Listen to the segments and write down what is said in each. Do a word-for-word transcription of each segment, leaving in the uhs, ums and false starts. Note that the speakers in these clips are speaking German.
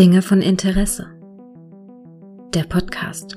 Dinge von Interesse. Der Podcast.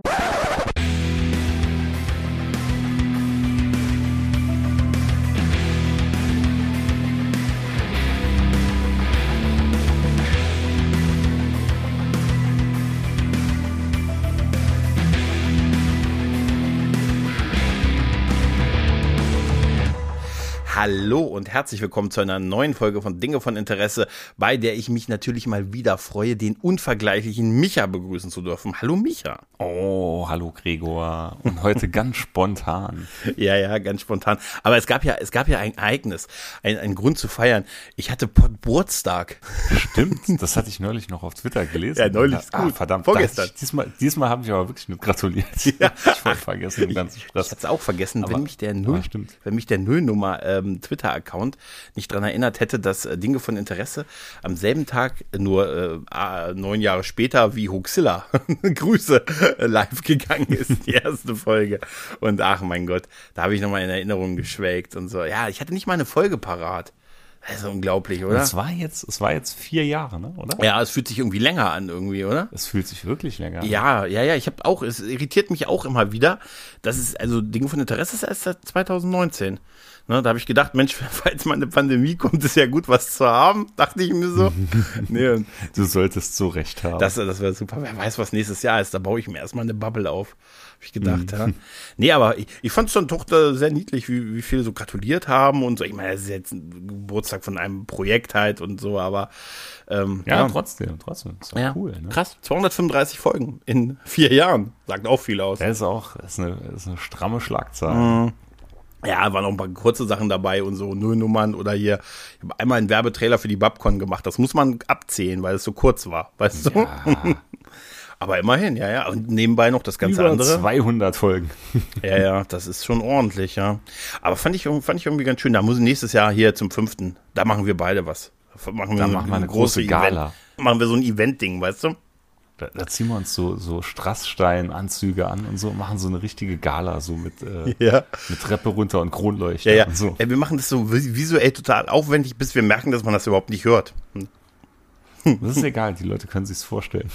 Hallo und herzlich willkommen zu einer neuen Folge von Dinge von Interesse, bei der ich mich natürlich mal wieder freue, den unvergleichlichen Micha begrüßen zu dürfen. Hallo Micha. Oh, hallo Gregor. Und heute ganz spontan. Ja, ja, ganz spontan. Aber es gab ja, es gab ja ein Ereignis, ein, ein Grund zu feiern. Ich hatte Geburtstag. Stimmt, das hatte ich neulich noch auf Twitter gelesen. Ja, neulich ist gut. Ah, verdammt, vorgestern. Ich, diesmal diesmal habe ich aber wirklich nicht gratuliert. Ja. Ich wollte vergessen, den ganzen Stress. Ich hatte es auch vergessen, aber, wenn mich der Null, wenn mich der Nullnummer ähm, Twitter-Account nicht daran erinnert hätte, dass äh, Dinge von Interesse am selben Tag, nur äh, neun Jahre später, wie Huxilla, Grüße, äh, live gegangen ist, die erste Folge. Und ach mein Gott, da habe ich nochmal in Erinnerung geschwelgt und so. Ja, ich hatte nicht mal eine Folge parat. Das ist unglaublich, oder? Es war jetzt, es war jetzt vier Jahre, ne, oder? Ja, es fühlt sich irgendwie länger an, irgendwie, oder? Es fühlt sich wirklich länger an. Ja, ja, ja, ich habe auch, es irritiert mich auch immer wieder. Das ist, also Dinge von Interesse ist erst seit zwanzig neunzehn. Ne, da habe ich gedacht, Mensch, falls mal eine Pandemie kommt, ist ja gut, was zu haben, dachte ich mir so. Nee, du solltest so recht haben. Das, das wäre super. Wer weiß, was nächstes Jahr ist. Da baue ich mir erstmal eine Bubble auf. Habe ich gedacht, mhm. ja. Nee, aber ich, ich fand es dann doch da sehr niedlich, wie, wie viele so gratuliert haben und so. Ich meine, das ist jetzt ein Geburtstag von einem Projekt halt und so, aber ähm, ja, ja, trotzdem, trotzdem. Ist doch ja, cool, ne? Krass, zweihundertfünfunddreißig Folgen in vier Jahren. Sagt auch viel aus. Das ist auch, das ist eine, das ist eine stramme Schlagzahl. Mhm. Ja, waren auch ein paar kurze Sachen dabei und so Nullnummern oder hier. Ich habe einmal einen Werbetrailer für die Babcon gemacht. Das muss man abzählen, weil es so kurz war, weißt du? Ja. Aber immerhin, ja, ja. Und nebenbei noch das ganze Über andere. zweihundert Folgen. Ja, ja, das ist schon ordentlich, ja. Aber fand ich, fand ich irgendwie ganz schön. Da muss nächstes Jahr hier zum fünften. Da machen wir beide was. Da machen wir, Da eine, machen wir eine große, große Gala. Event. Machen wir so ein Event-Ding, weißt du? Da, da ziehen wir uns so, so Strassstein-Anzüge an und so, machen so eine richtige Gala, so mit, äh, ja. mit Treppe runter und Kronleuchter ja, ja. und so. Ja, wir machen das so visuell total aufwendig, bis wir merken, dass man das überhaupt nicht hört. Das ist egal, die Leute können sich's vorstellen.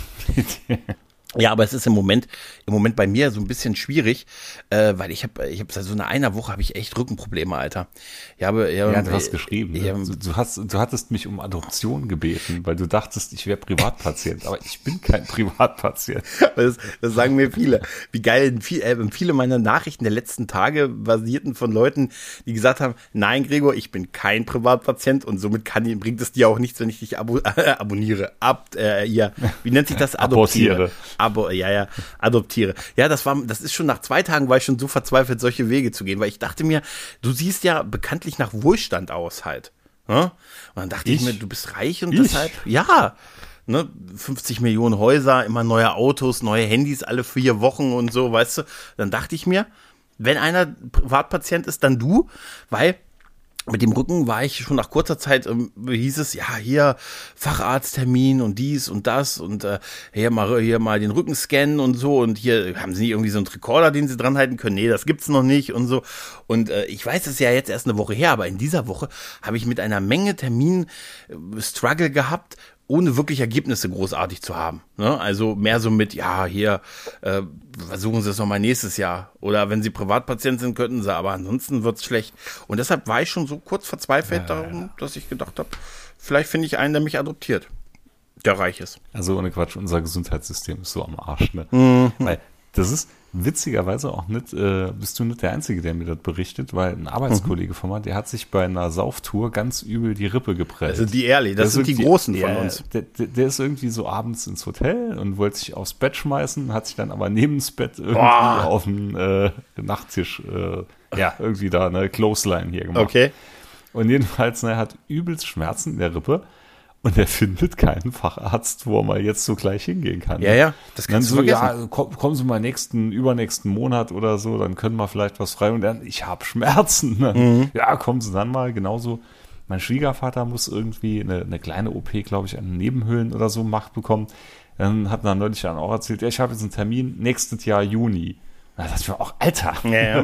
Ja, aber es ist im Moment, im Moment bei mir so ein bisschen schwierig, äh, weil ich habe, ich habe seit so einer einer Woche habe ich echt Rückenprobleme, Alter. Ich habe, ja, ja, du hast geschrieben. Ja, ne? du, du hast, du hattest mich um Adoption gebeten, weil du dachtest, ich wäre Privatpatient, aber ich bin kein Privatpatient. Das, das sagen mir viele. Wie geil, viel, äh, viele meiner Nachrichten der letzten Tage basierten von Leuten, die gesagt haben, nein, Gregor, ich bin kein Privatpatient und somit kann, bringt es dir auch nichts, wenn ich dich abo, äh, abonniere. Ab, äh, ja, wie nennt sich das? Adoptiere. Abo, ja, ja, adoptiere. Ja, das war, das ist schon nach zwei Tagen war ich schon so verzweifelt, solche Wege zu gehen, weil ich dachte mir, du siehst ja bekanntlich nach Wohlstand aus halt. Ne? Und dann dachte ich, ich mir, du bist reich und ich? deshalb, ja, ne, fünfzig Millionen Häuser, immer neue Autos, neue Handys alle vier Wochen und so, weißt du. Dann dachte ich mir, wenn einer Privatpatient ist, dann du, weil mit dem Rücken war ich schon nach kurzer Zeit, ähm, hieß es, ja, hier Facharzttermin und dies und das und äh, hier mal hier mal den Rücken scannen und so und hier haben sie nicht irgendwie so einen Rekorder, den sie dran halten können. Nee, das gibt's noch nicht und so. Und äh, ich weiß, es ist ja jetzt erst eine Woche her, aber in dieser Woche habe ich mit einer Menge Termin äh, Struggle gehabt, ohne wirklich Ergebnisse großartig zu haben. Ne? Also mehr so mit, ja, hier, äh, versuchen Sie es nochmal nächstes Jahr. Oder wenn Sie Privatpatient sind, könnten Sie, aber ansonsten wird's schlecht. Und deshalb war ich schon so kurz verzweifelt ja, darum, ja. dass ich gedacht habe, vielleicht finde ich einen, der mich adoptiert. Der reich ist. Also ohne Quatsch, unser Gesundheitssystem ist so am Arsch, ne? Mhm. Weil das ist witzigerweise auch nicht, äh, bist du nicht der Einzige, der mir das berichtet, weil ein Arbeitskollege von mir, der hat sich bei einer Sauftour ganz übel die Rippe geprellt. Also die ehrlich, das sind die Großen von uns. Der, der, der ist irgendwie so abends ins Hotel und wollte sich aufs Bett schmeißen, hat sich dann aber neben das Bett irgendwie Boah. auf den äh, Nachttisch, äh, ja, irgendwie da eine Clothesline hier gemacht. Okay. Und jedenfalls, ne, er hat übelst Schmerzen in der Rippe. Und er findet keinen Facharzt, wo er mal jetzt so gleich hingehen kann. Ja, ja, das kannst du so, vergessen. Ja, komm, kommen Sie mal nächsten, übernächsten Monat oder so, dann können wir vielleicht was frei. Und dann, ich habe Schmerzen. Ne? Mhm. Ja, kommen Sie dann mal, genauso. Mein Schwiegervater muss irgendwie eine, eine kleine O P, glaube ich, an den Nebenhöhlen oder so gemacht bekommen. Dann hat er neulich dann auch erzählt, ja, ich habe jetzt einen Termin nächstes Jahr Juni. Da dachte ich mir auch, Alter. Ja, ja.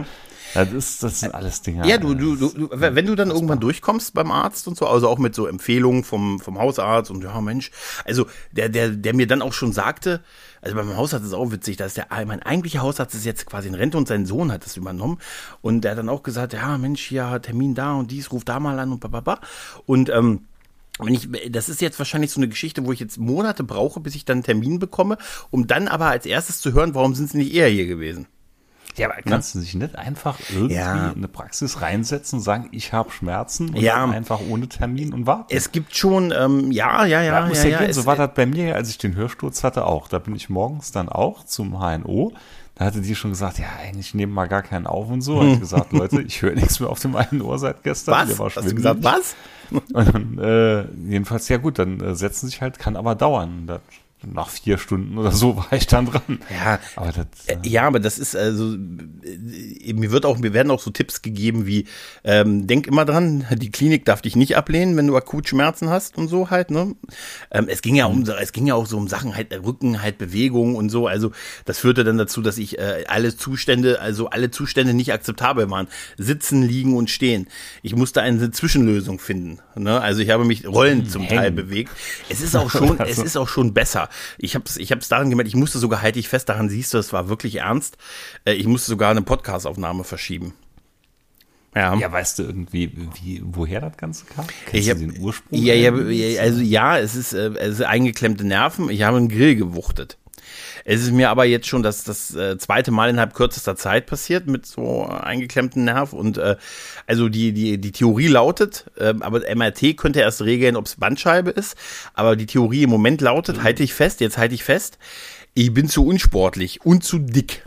Das, ist, das sind alles Dinge. Ja, du, du, du, du wenn du dann irgendwann durchkommst beim Arzt und so, also auch mit so Empfehlungen vom, vom Hausarzt und ja, Mensch, also der, der, der mir dann auch schon sagte, also beim Hausarzt ist auch witzig, dass der, mein eigentlicher Hausarzt ist jetzt quasi in Rente und sein Sohn hat das übernommen und der hat dann auch gesagt, ja, Mensch, hier Termin da und dies, ruf da mal an und bababa und, ähm, wenn ich, das ist jetzt wahrscheinlich so eine Geschichte, wo ich jetzt Monate brauche, bis ich dann einen Termin bekomme, um dann aber als erstes zu hören, warum sind sie nicht eher hier gewesen? Ja, aber kannst du dich nicht einfach irgendwie ja. in eine Praxis reinsetzen und sagen, ich habe Schmerzen und ja. dann einfach ohne Termin und warten? Es gibt schon, ähm, ja, ja, ja. ja, muss ja, ja, ja gehen. So war das bei mir, als ich den Hörsturz hatte auch. Da bin ich morgens dann auch zum H N O. Da hatte die schon gesagt, ja, eigentlich nehmen wir gar keinen auf und so. Habe ich gesagt, Leute, ich höre nichts mehr auf dem einen Ohr seit gestern. Was? Der war Hast du gesagt, was? Und dann, äh, jedenfalls, ja gut, dann äh, setzen sich halt, kann aber dauern. Das, nach vier Stunden oder so war ich dann dran. Ja, aber das, äh, ja, aber das ist also, äh, mir wird auch, mir werden auch so Tipps gegeben wie, ähm, denk immer dran, die Klinik darf dich nicht ablehnen, wenn du akut Schmerzen hast und so halt, ne? Ähm, es ging ja um, es ging ja auch so um Sachen halt, Rücken, halt Bewegung und so, also das führte dann dazu, dass ich äh, alle Zustände, also alle Zustände nicht akzeptabel waren. Sitzen, liegen und stehen. Ich musste eine Zwischenlösung finden, ne? Also ich habe mich rollend zum Hängen. Teil bewegt. Es ist auch schon, es ist auch schon besser. Ich habe es ich hab's daran gemerkt, ich musste sogar, halte ich fest, daran siehst du, es war wirklich ernst, ich musste sogar eine Podcast-Aufnahme verschieben. Ja. ja, weißt du irgendwie, wie, woher das Ganze kam? Kennst ich du hab, den Ursprung? Ja, ja, also ja, es ist, es ist eingeklemmte Nerven, ich habe einen Grill gewuchtet. Es ist mir aber jetzt schon das, das äh, zweite Mal innerhalb kürzester Zeit passiert mit so eingeklemmten Nerv und äh, also die, die, die Theorie lautet, äh, aber M R T könnte erst regeln, ob es Bandscheibe ist, aber die Theorie im Moment lautet, halte ich fest, jetzt halte ich fest, ich bin zu unsportlich und zu dick.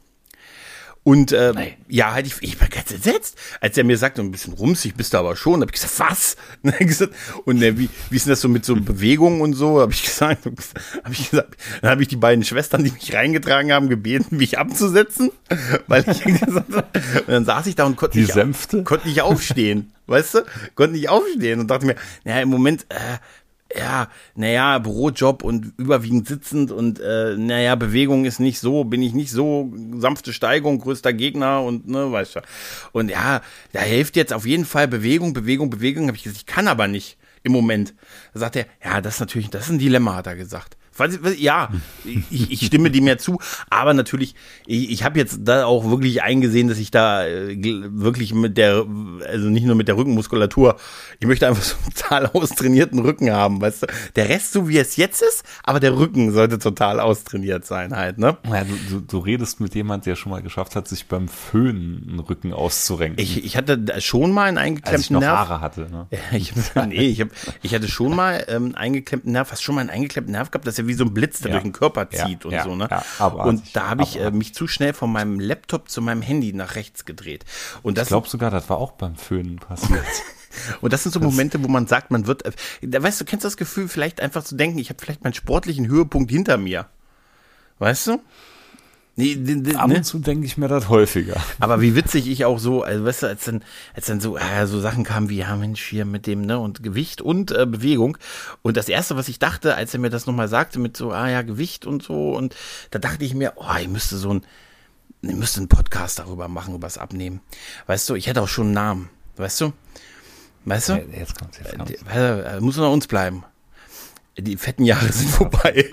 Und äh, ja, halt ich, ich war ganz entsetzt, als er mir sagte, ein bisschen rumsig bist du aber schon, habe ich gesagt, was? Und äh, wie, wie ist denn das so mit so Bewegungen und so? Habe ich gesagt, habe ich gesagt, dann habe ich die beiden Schwestern, die mich reingetragen haben, gebeten, mich abzusetzen, weil ich gesagt habe, und dann saß ich da und konnte nicht, Sänfte? konnte nicht aufstehen, weißt du? Konnte nicht aufstehen und dachte mir, naja, im Moment, äh, ja, naja, Bürojob und überwiegend sitzend und äh, naja, Bewegung ist nicht so, bin ich nicht so, sanfte Steigung, größter Gegner und ne, weißt du. Und ja, da hilft jetzt auf jeden Fall Bewegung, Bewegung, Bewegung, habe ich gesagt, ich kann aber nicht im Moment. Da sagt er, ja, das ist natürlich, das ist ein Dilemma, hat er gesagt. Ja, ich, ich stimme dem ja zu, aber natürlich, ich, ich habe jetzt da auch wirklich eingesehen, dass ich da äh, wirklich mit der, also nicht nur mit der Rückenmuskulatur, ich möchte einfach so einen total austrainierten Rücken haben, weißt du, der Rest so wie es jetzt ist, aber der Rücken sollte total austrainiert sein halt, ne? Ja, du, du, du redest mit jemand, der schon mal geschafft hat, sich beim Föhnen einen Rücken auszurenken. Ich, ich hatte schon mal einen eingeklemmten Als ich noch Nerv. Haare hatte, ne? Ich, nee, ich, hab, ich hatte schon mal ähm, einen eingeklemmten Nerv, hast schon mal einen eingeklemmten Nerv gehabt, dass er wie so ein Blitz, der Ja. durch den Körper zieht Ja, und ja, so, ne? ja, abartig, und da habe ich äh, abartig. mich zu schnell von meinem Laptop zu meinem Handy nach rechts gedreht. Und das, Ich glaube sogar, das war auch beim Föhnen passiert. und das sind so Momente, wo man sagt, man wird, äh, da weißt du, kennst du das Gefühl, vielleicht einfach zu denken, ich habe vielleicht meinen sportlichen Höhepunkt hinter mir. Weißt du? Nee, nee, Ab ne? und zu denke ich mir das häufiger. Aber wie witzig ich auch so, also weißt du, als dann, als dann so, äh, so Sachen kamen wie, ja Mensch, hier mit dem, ne, und Gewicht und äh, Bewegung. Und das Erste, was ich dachte, als er mir das nochmal sagte, mit so, ah ja, Gewicht und so, und da dachte ich mir, oh, ich müsste so ein, ich müsste einen Podcast darüber machen, über das Abnehmen. Weißt du, ich hätte auch schon einen Namen, weißt du? Weißt du? Ja, jetzt kommt's, jetzt kommt's. Äh, muss unter uns bleiben. Die fetten Jahre sind vorbei.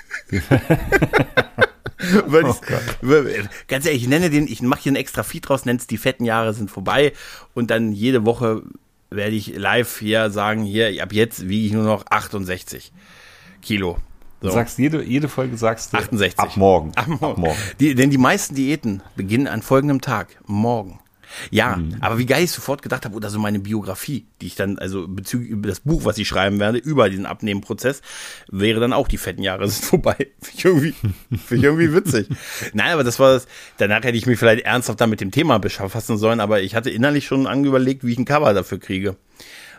Weil Oh ich, ganz ehrlich, ich nenne den, ich mache hier einen extra Feed draus, nenne es die fetten Jahre sind vorbei und dann jede Woche werde ich live hier sagen, hier, ab jetzt wiege ich nur noch achtundsechzig Kilo. So. Du sagst, jede, jede Folge sagst du achtundsechzig. ab morgen. Ab morgen. Ab morgen. Die, denn die meisten Diäten beginnen an folgendem Tag, morgen. Ja, Mhm. aber wie geil ich sofort gedacht habe, oder so meine Biografie, die ich dann, also bezüglich über das Buch, was ich schreiben werde, über diesen Abnehmenprozess, wäre dann auch die fetten Jahre sind vorbei. Finde ich irgendwie, finde ich irgendwie witzig. Nein, aber das war das, danach hätte ich mich vielleicht ernsthaft dann mit dem Thema befassen sollen, aber ich hatte innerlich schon angeüberlegt, wie ich ein Cover dafür kriege.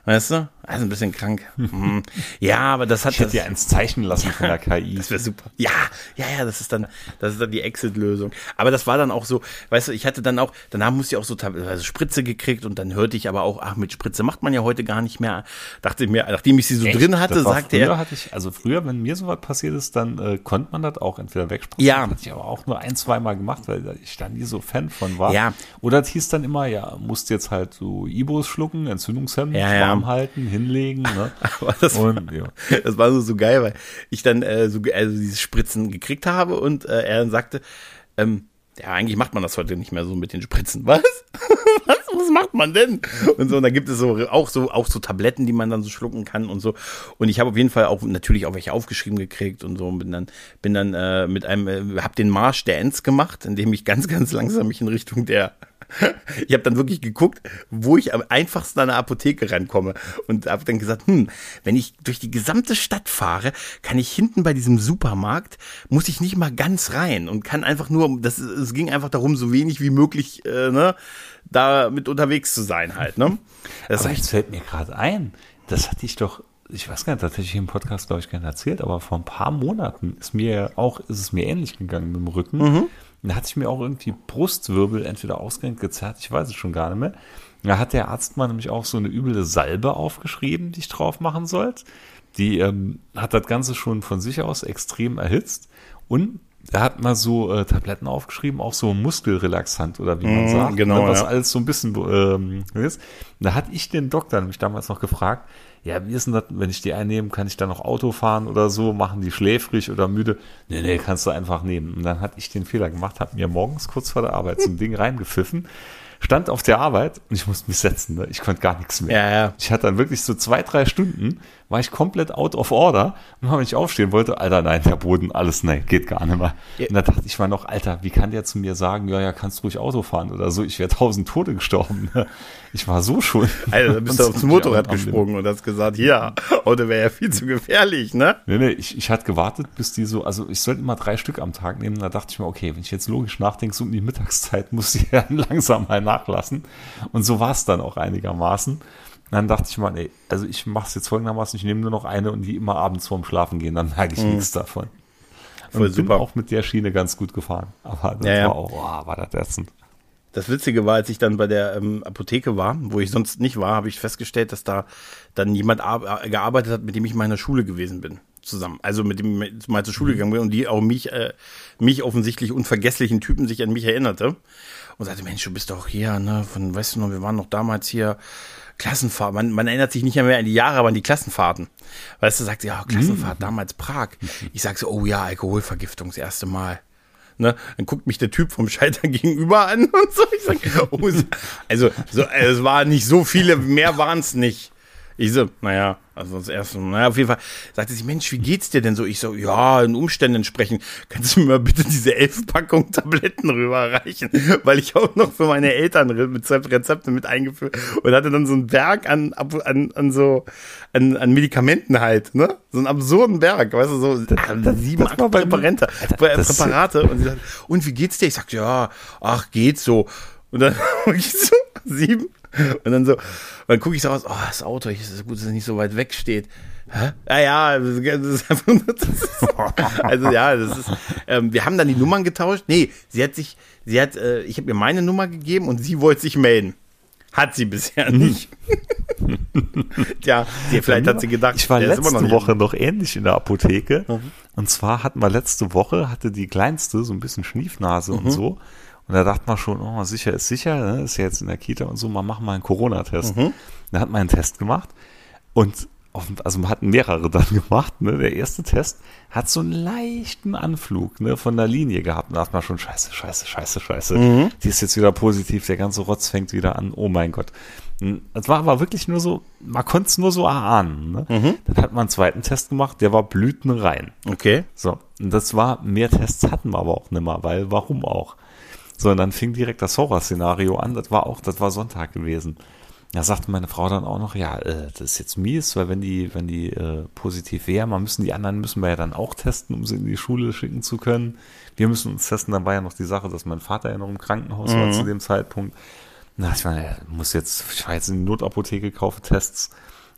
Weißt du? Also ein bisschen krank. Hm. Ja, aber das hat Ich hätte das, dir eins zeichnen lassen von der K I. Das wäre super. Ja, ja, ja, das ist dann, das ist dann die Exit-Lösung. Aber das war dann auch so, weißt du, ich hatte dann auch, danach musste ich auch so also Spritze gekriegt und dann hörte ich aber auch, ach, mit Spritze macht man ja heute gar nicht mehr. Dachte ich mir, nachdem ich sie so Echt? drin hatte, Das war sagte früher er. Hatte ich, also früher, wenn mir sowas passiert ist, dann äh, konnte man das auch entweder wegspritzen. Ja. Das hatte ich aber auch nur ein, zwei Mal gemacht, weil ich da nie so Fan von war. Ja. Oder es hieß dann immer, ja, musst jetzt halt so Ibos schlucken, Entzündungshemd, Ja, ja. warm halten, hinlegen, ne? Aber das, Und, war, ja. das war so, so geil, weil ich dann äh, so also diese Spritzen gekriegt habe und äh, er dann sagte, ähm, ja, eigentlich macht man das heute nicht mehr so mit den Spritzen. Was? Was? Was macht man denn? Und so, und da gibt es so auch so auch so Tabletten, die man dann so schlucken kann und so. Und ich habe auf jeden Fall auch natürlich auch welche aufgeschrieben gekriegt und so und bin dann bin dann äh, mit einem äh, habe den Marsch der Ents gemacht, indem ich ganz ganz langsam mich in Richtung der ich habe dann wirklich geguckt, wo ich am einfachsten an eine Apotheke rankomme und habe dann gesagt, hm, wenn ich durch die gesamte Stadt fahre, kann ich hinten bei diesem Supermarkt, muss ich nicht mal ganz rein und kann einfach nur, das, es ging einfach darum, so wenig wie möglich, äh, ne, da mit unterwegs zu sein halt, ne. Das Aber heißt, jetzt fällt mir gerade ein, das hatte ich doch, ich weiß gar nicht, tatsächlich im Podcast, glaube ich, gar nicht erzählt, aber vor ein paar Monaten ist mir auch, ist es mir ähnlich gegangen mit dem Rücken. Mhm. Und da hatte ich mir auch irgendwie Brustwirbel entweder ausgehend gezerrt, ich weiß es schon gar nicht mehr. Da hat der Arzt mal nämlich auch so eine üble Salbe aufgeschrieben, die ich drauf machen sollte. Die ähm, hat das Ganze schon von sich aus extrem erhitzt. Und er hat mal so äh, Tabletten aufgeschrieben, auch so Muskelrelaxant oder wie man mm, sagt. Genau, ne, was ja. alles so ein bisschen ähm, ist. Da hatte ich den Doktor nämlich damals noch gefragt, ja, wie ist denn das, wenn ich die einnehme, kann ich dann noch Auto fahren oder so, machen die schläfrig oder müde? Nee, nee, kannst du einfach nehmen. Und dann hatte ich den Fehler gemacht, habe mir morgens kurz vor der Arbeit so ein Ding reingepfiffen, stand auf der Arbeit und ich musste mich setzen, ne? Ich konnte gar nichts mehr. Ja, ja. Ich hatte dann wirklich so zwei, drei Stunden, war ich komplett out of order und wenn ich aufstehen wollte, Alter, nein, der Boden, alles, nein, geht gar nicht mehr. Ja. Und da dachte ich mal noch, Alter, wie kann der zu mir sagen, ja, ja, kannst ruhig Auto fahren oder so, ich wäre tausend Tote gestorben. Ne? Ich war so schon. Alter, da bist du aufs Motorrad gesprungen und hast gesagt, ja, Auto wäre ja viel zu gefährlich, ne? Nee, nee, ich, ich hatte gewartet, bis die so, also ich sollte immer drei Stück am Tag nehmen, da dachte ich mir, okay, wenn ich jetzt logisch nachdenke, so um die Mittagszeit muss ich ja langsam mal nachlassen. Und so war es dann auch einigermaßen. Und dann dachte ich mal, nee, also ich mache es jetzt folgendermaßen, ich nehme nur noch eine und die immer abends vorm Schlafen gehen, dann merke ich mhm. nichts davon. Voll und bin super. auch mit der Schiene ganz gut gefahren. Aber das Ja, ja. war auch, oh, war das ätzend. Das Witzige war, als ich dann bei der ähm, Apotheke war, wo ich sonst nicht war, habe ich festgestellt, dass da dann jemand ar- gearbeitet hat, mit dem ich in meiner Schule gewesen bin. Zusammen. Also mit dem ich mal zur Schule gegangen bin und die auch mich, äh, mich offensichtlich unvergesslichen Typen sich an mich erinnerte. Und sagte, Mensch, du bist doch hier, ne, von, weißt du noch, wir waren noch damals hier Klassenfahrt. Man, man erinnert sich nicht mehr an die Jahre, aber an die Klassenfahrten. Weißt du, sagt sie, ja, Klassenfahrt, mhm. damals Prag. Ich sag so, oh ja, Alkoholvergiftung, das erste Mal. Ne, dann guckt mich der Typ vom Scheitern gegenüber an und so. Ich sag, oh, also, so, es war nicht so viele, mehr waren es nicht. Ich so, naja, also das erste, naja, auf jeden Fall sagte sie, Mensch, wie geht's dir denn so? Ich so, ja, in Umständen entsprechend, kannst du mir mal bitte diese elf Packungen Tabletten rüberreichen? Weil ich auch noch für meine Eltern Rezepte mit eingeführt und hatte dann so ein Berg an, an, an so, an, an Medikamenten halt, ne? So einen absurden Berg, weißt du, so das, das, sieben, das acht Präparate, Präparate. Und sie sagt, und wie geht's dir? Ich sag, ja, ach, geht so. Und dann ich so, sieben. Und dann so, und dann gucke ich so raus, oh, das Auto, ich, ist gut, dass es nicht so weit weg steht. Hä? Ja, ja, das ist einfach nur, das ist, also ja, das ist, ähm, wir haben dann die Nummern getauscht. Nee, sie hat sich, sie hat, äh, ich habe ihr meine Nummer gegeben und sie wollte sich melden. Hat sie bisher nicht. Tja, sie, vielleicht hat sie gedacht, ich war der ist letzte immer noch Woche noch ähnlich in der Apotheke. Mhm. Und zwar hatten wir letzte Woche, hatte die Kleinste so ein bisschen Schniefnase mhm. und so. Und da dachte man schon, oh, sicher ist sicher, ne? Ist ja jetzt in der Kita und so, man macht mal einen Corona-Test. Mhm. Da hat man einen Test gemacht und auf, also man hatten mehrere dann gemacht. Ne? Der erste Test hat so einen leichten Anflug, ne, von der Linie gehabt. Und da dachte man schon, scheiße, scheiße, scheiße, scheiße. Mhm. Die ist jetzt wieder positiv, der ganze Rotz fängt wieder an, oh mein Gott. Es war aber wirklich nur so, man konnte es nur so erahnen. Ne? Mhm. Dann hat man einen zweiten Test gemacht, der war blütenrein. Okay. So, und das war, mehr Tests hatten wir aber auch nicht mehr, weil warum auch? So, und dann fing direkt das Horrorszenario an, das war auch, das war Sonntag gewesen. Da sagte meine Frau dann auch noch, ja, äh, das ist jetzt mies, weil wenn die, wenn die äh, positiv wären, man müssen die anderen müssen wir ja dann auch testen, um sie in die Schule schicken zu können. Wir müssen uns testen, dann war ja noch die Sache, dass mein Vater ja noch im Krankenhaus mhm. war zu dem Zeitpunkt. Na, ich meine, muss jetzt, ich war jetzt in die Notapotheke, kaufe Tests.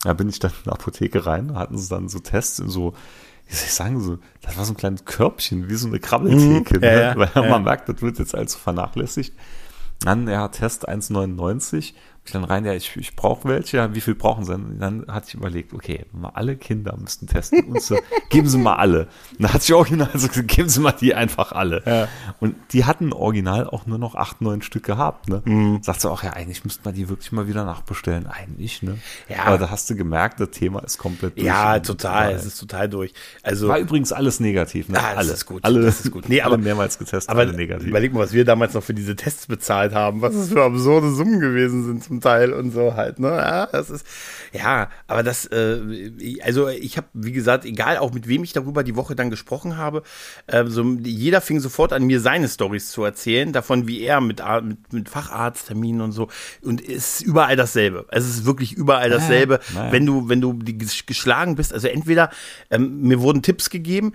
Da bin ich dann in die Apotheke rein, hatten sie dann so Tests in so, wie soll ich sagen, so, das war so ein kleines Körbchen, wie so eine Krabbeltheke, mhm, ja, ne? ja, Weil ja. man merkt, das wird jetzt allzu vernachlässigt. Dann, ja, Test eins neunundneunzig. Ich dann rein, ja, ich, ich brauche welche, ja, wie viel brauchen sie denn? Und dann hatte ich überlegt, okay, mal alle Kinder müssten testen und so, geben sie mal alle. Und dann hatte ich original so gesagt, geben sie mal die einfach alle. Ja. Und die hatten original auch nur noch acht, neun Stück gehabt, ne? Mhm. Sagt sie auch, ja, eigentlich müsste man die wirklich mal wieder nachbestellen. Eigentlich, ne? Ja. Aber da hast du gemerkt, das Thema ist komplett durch. Ja, Und total, war- es ist total durch. Also, War übrigens alles negativ, ne? Ah, das alle. ist gut, Alle, das ist gut. Nee, aber- alle mehrmals getestet, aber alle negativ. überleg mal, was wir damals noch für diese Tests bezahlt haben, was es für absurde Summen gewesen sind zum Teil und so halt, ne? Ja, das ist, ja, aber das, äh, also ich habe, wie gesagt, egal auch mit wem ich darüber die Woche dann gesprochen habe, äh, so, jeder fing sofort an, mir seine Storys zu erzählen, davon, wie er mit, Ar- mit, mit Facharztterminen und so, und es ist überall dasselbe. Es ist wirklich überall dasselbe, Ja, naja. wenn du, wenn du die ges- geschlagen bist, also entweder, ähm, mir wurden Tipps gegeben,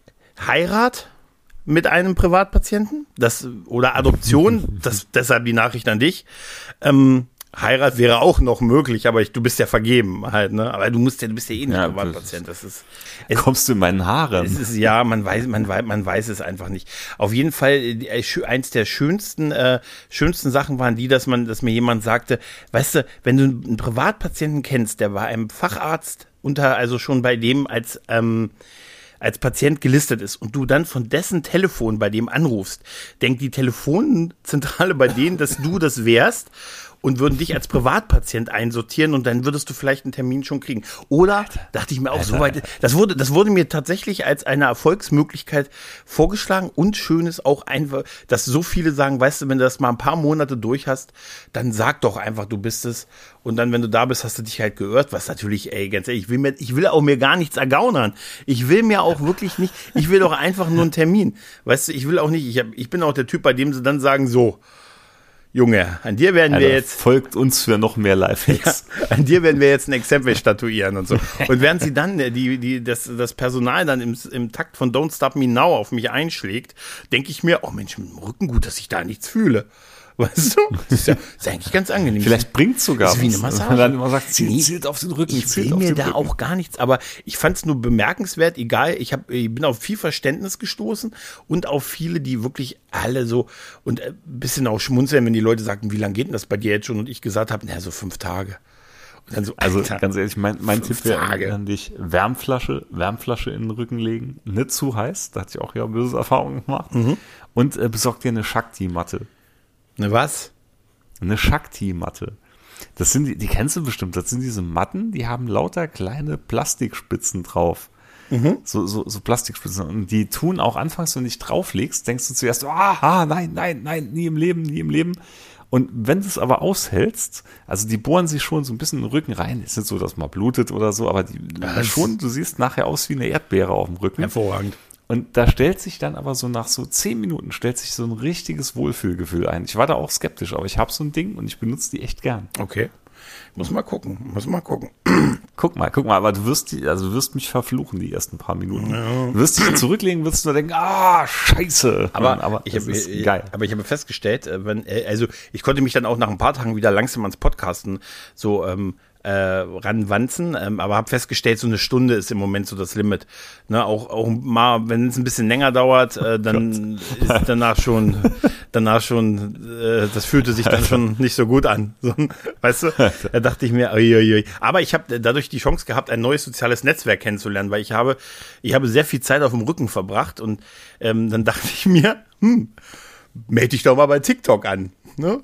Heirat mit einem Privatpatienten, das, oder Adoption, das, deshalb die Nachricht an dich. Ähm, Heirat wäre auch noch möglich, aber ich, du bist ja vergeben halt, ne? Aber du musst ja, du bist ja eh nicht Ja, Privatpatient. Das ist, es, Kommst du in meinen Haaren? es ist, ja, man weiß, man weiß, man weiß es einfach nicht. Auf jeden Fall, äh, schö- eins der schönsten, äh, schönsten Sachen waren die, dass man, dass mir jemand sagte, weißt du, wenn du einen Privatpatienten kennst, der bei einem Facharzt unter, also schon bei dem als, ähm, als Patient gelistet ist und du dann von dessen Telefon bei dem anrufst, denkt die Telefonzentrale bei denen, dass du das wärst und würden dich als Privatpatient einsortieren und dann würdest du vielleicht einen Termin schon kriegen. Oder, dachte ich mir auch so weit, das wurde, das wurde mir tatsächlich als eine Erfolgsmöglichkeit vorgeschlagen und schön ist auch einfach, dass so viele sagen, weißt du, wenn du das mal ein paar Monate durch hast, dann sag doch einfach, du bist es. Und dann, wenn du da bist, hast du dich halt geirrt, was natürlich, ey, ganz ehrlich, ich will mir, ich will auch mir gar nichts ergaunern. Ich will mir auch wirklich nicht, ich will doch einfach nur einen Termin. Weißt du, ich will auch nicht, ich, hab, ich bin auch der Typ, bei dem sie dann sagen, so, Junge, an dir werden wir Alter, jetzt, folgt uns für noch mehr Lifehacks. ja, an dir werden wir jetzt ein Exempel statuieren und so. Und während sie dann, die, die, das, das Personal dann im, im Takt von Don't Stop Me Now auf mich einschlägt, denke ich mir, oh Mensch, mit dem Rücken gut, dass ich da nichts fühle. Weißt du? Das ist ja, das ist eigentlich ganz angenehm. Vielleicht bringt es sogar Das ist wie eine was. Massage. Wenn man dann immer sagt, zielt, Nee, zielt auf den Rücken, Ich zielt will auf mir den da Rücken. auch gar nichts, aber ich fand es nur bemerkenswert, egal, ich, hab, ich bin auf viel Verständnis gestoßen und auf viele, die wirklich alle so und ein bisschen auch schmunzeln, wenn die Leute sagten, wie lange geht denn das bei dir jetzt schon? Und ich gesagt habe, naja, so fünf Tage. Und dann so, Also Alter, ganz ehrlich, mein, mein fünf Tipp wäre Tage. an dich, Wärmflasche, Wärmflasche in den Rücken legen, nicht zu heiß, da hatte ich auch ja böse Erfahrungen gemacht. Mhm. Und äh, besorg dir eine Shakti-Matte. ne was? Eine Shakti-Matte. Das sind die, die kennst du bestimmt, das sind diese Matten, die haben lauter kleine Plastikspitzen drauf. Mhm. So, so, so Plastikspitzen. Und die tun auch anfangs, wenn du dich drauflegst, denkst du zuerst, ah, ah, nein, nein, nein, nie im Leben, nie im Leben. Und wenn du es aber aushältst, also die bohren sich schon so ein bisschen in den Rücken rein, ist nicht so, dass man blutet oder so, aber die Was? schon, du siehst nachher aus wie eine Erdbeere auf dem Rücken. Hervorragend. Und da stellt sich dann aber so nach so zehn Minuten stellt sich so ein richtiges Wohlfühlgefühl ein. Ich war da auch skeptisch, aber ich habe so ein Ding und ich benutze die echt gern. Okay. Muss mal gucken, muss mal gucken. Guck mal, guck mal, aber du wirst die, also du wirst mich verfluchen die ersten paar Minuten. Du wirst dich zurücklegen, wirst nur denken, ah, scheiße. Aber, aber ich es habe ist geil. aber ich habe festgestellt, äh, wenn, äh, also ich konnte mich dann auch nach ein paar Tagen wieder langsam ans Podcasten so ähm, äh, ranwanzen, ähm, aber habe festgestellt, so eine Stunde ist im Moment so das Limit. Ne, auch, auch mal, wenn es ein bisschen länger dauert, äh, dann ist danach schon, danach schon, äh, das fühlte sich dann schon nicht so gut an. So, weißt du, da dachte ich mir, uiuiui. Aber ich habe dadurch die Chance gehabt, ein neues soziales Netzwerk kennenzulernen, weil ich habe, ich habe sehr viel Zeit auf dem Rücken verbracht und ähm, dann dachte ich mir, hm, melde dich doch mal bei TikTok an. Ne?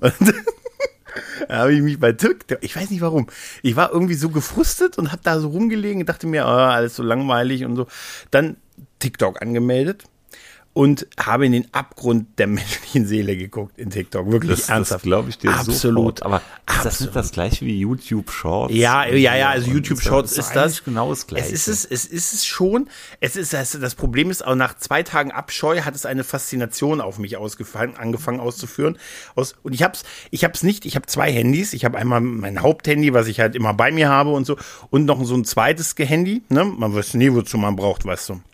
Da habe ich mich bei TikTok, ich weiß nicht warum, ich war irgendwie so gefrustet und habe da so rumgelegen und dachte mir, oh, alles so langweilig und so. Dann TikTok angemeldet und habe in den Abgrund der menschlichen Seele geguckt in TikTok. Wirklich Das, ernsthaft. das glaube ich dir Absolut. sofort. Aber ist das Absolut. nicht das gleiche wie YouTube Shorts? Ja, ja, ja, also Und YouTube Shorts doch ist das. eigentlich genau das Gleiche. Es ist es, es ist es schon. Es ist das, das Problem ist auch nach zwei Tagen Abscheu hat es eine Faszination auf mich ausgefangen, angefangen auszuführen. Aus, und ich hab's, ich hab's nicht, ich habe zwei Handys. Ich habe einmal mein Haupthandy, was ich halt immer bei mir habe und so, und noch so ein zweites Handy, ne? Man weiß nie, wozu man braucht, weißt du.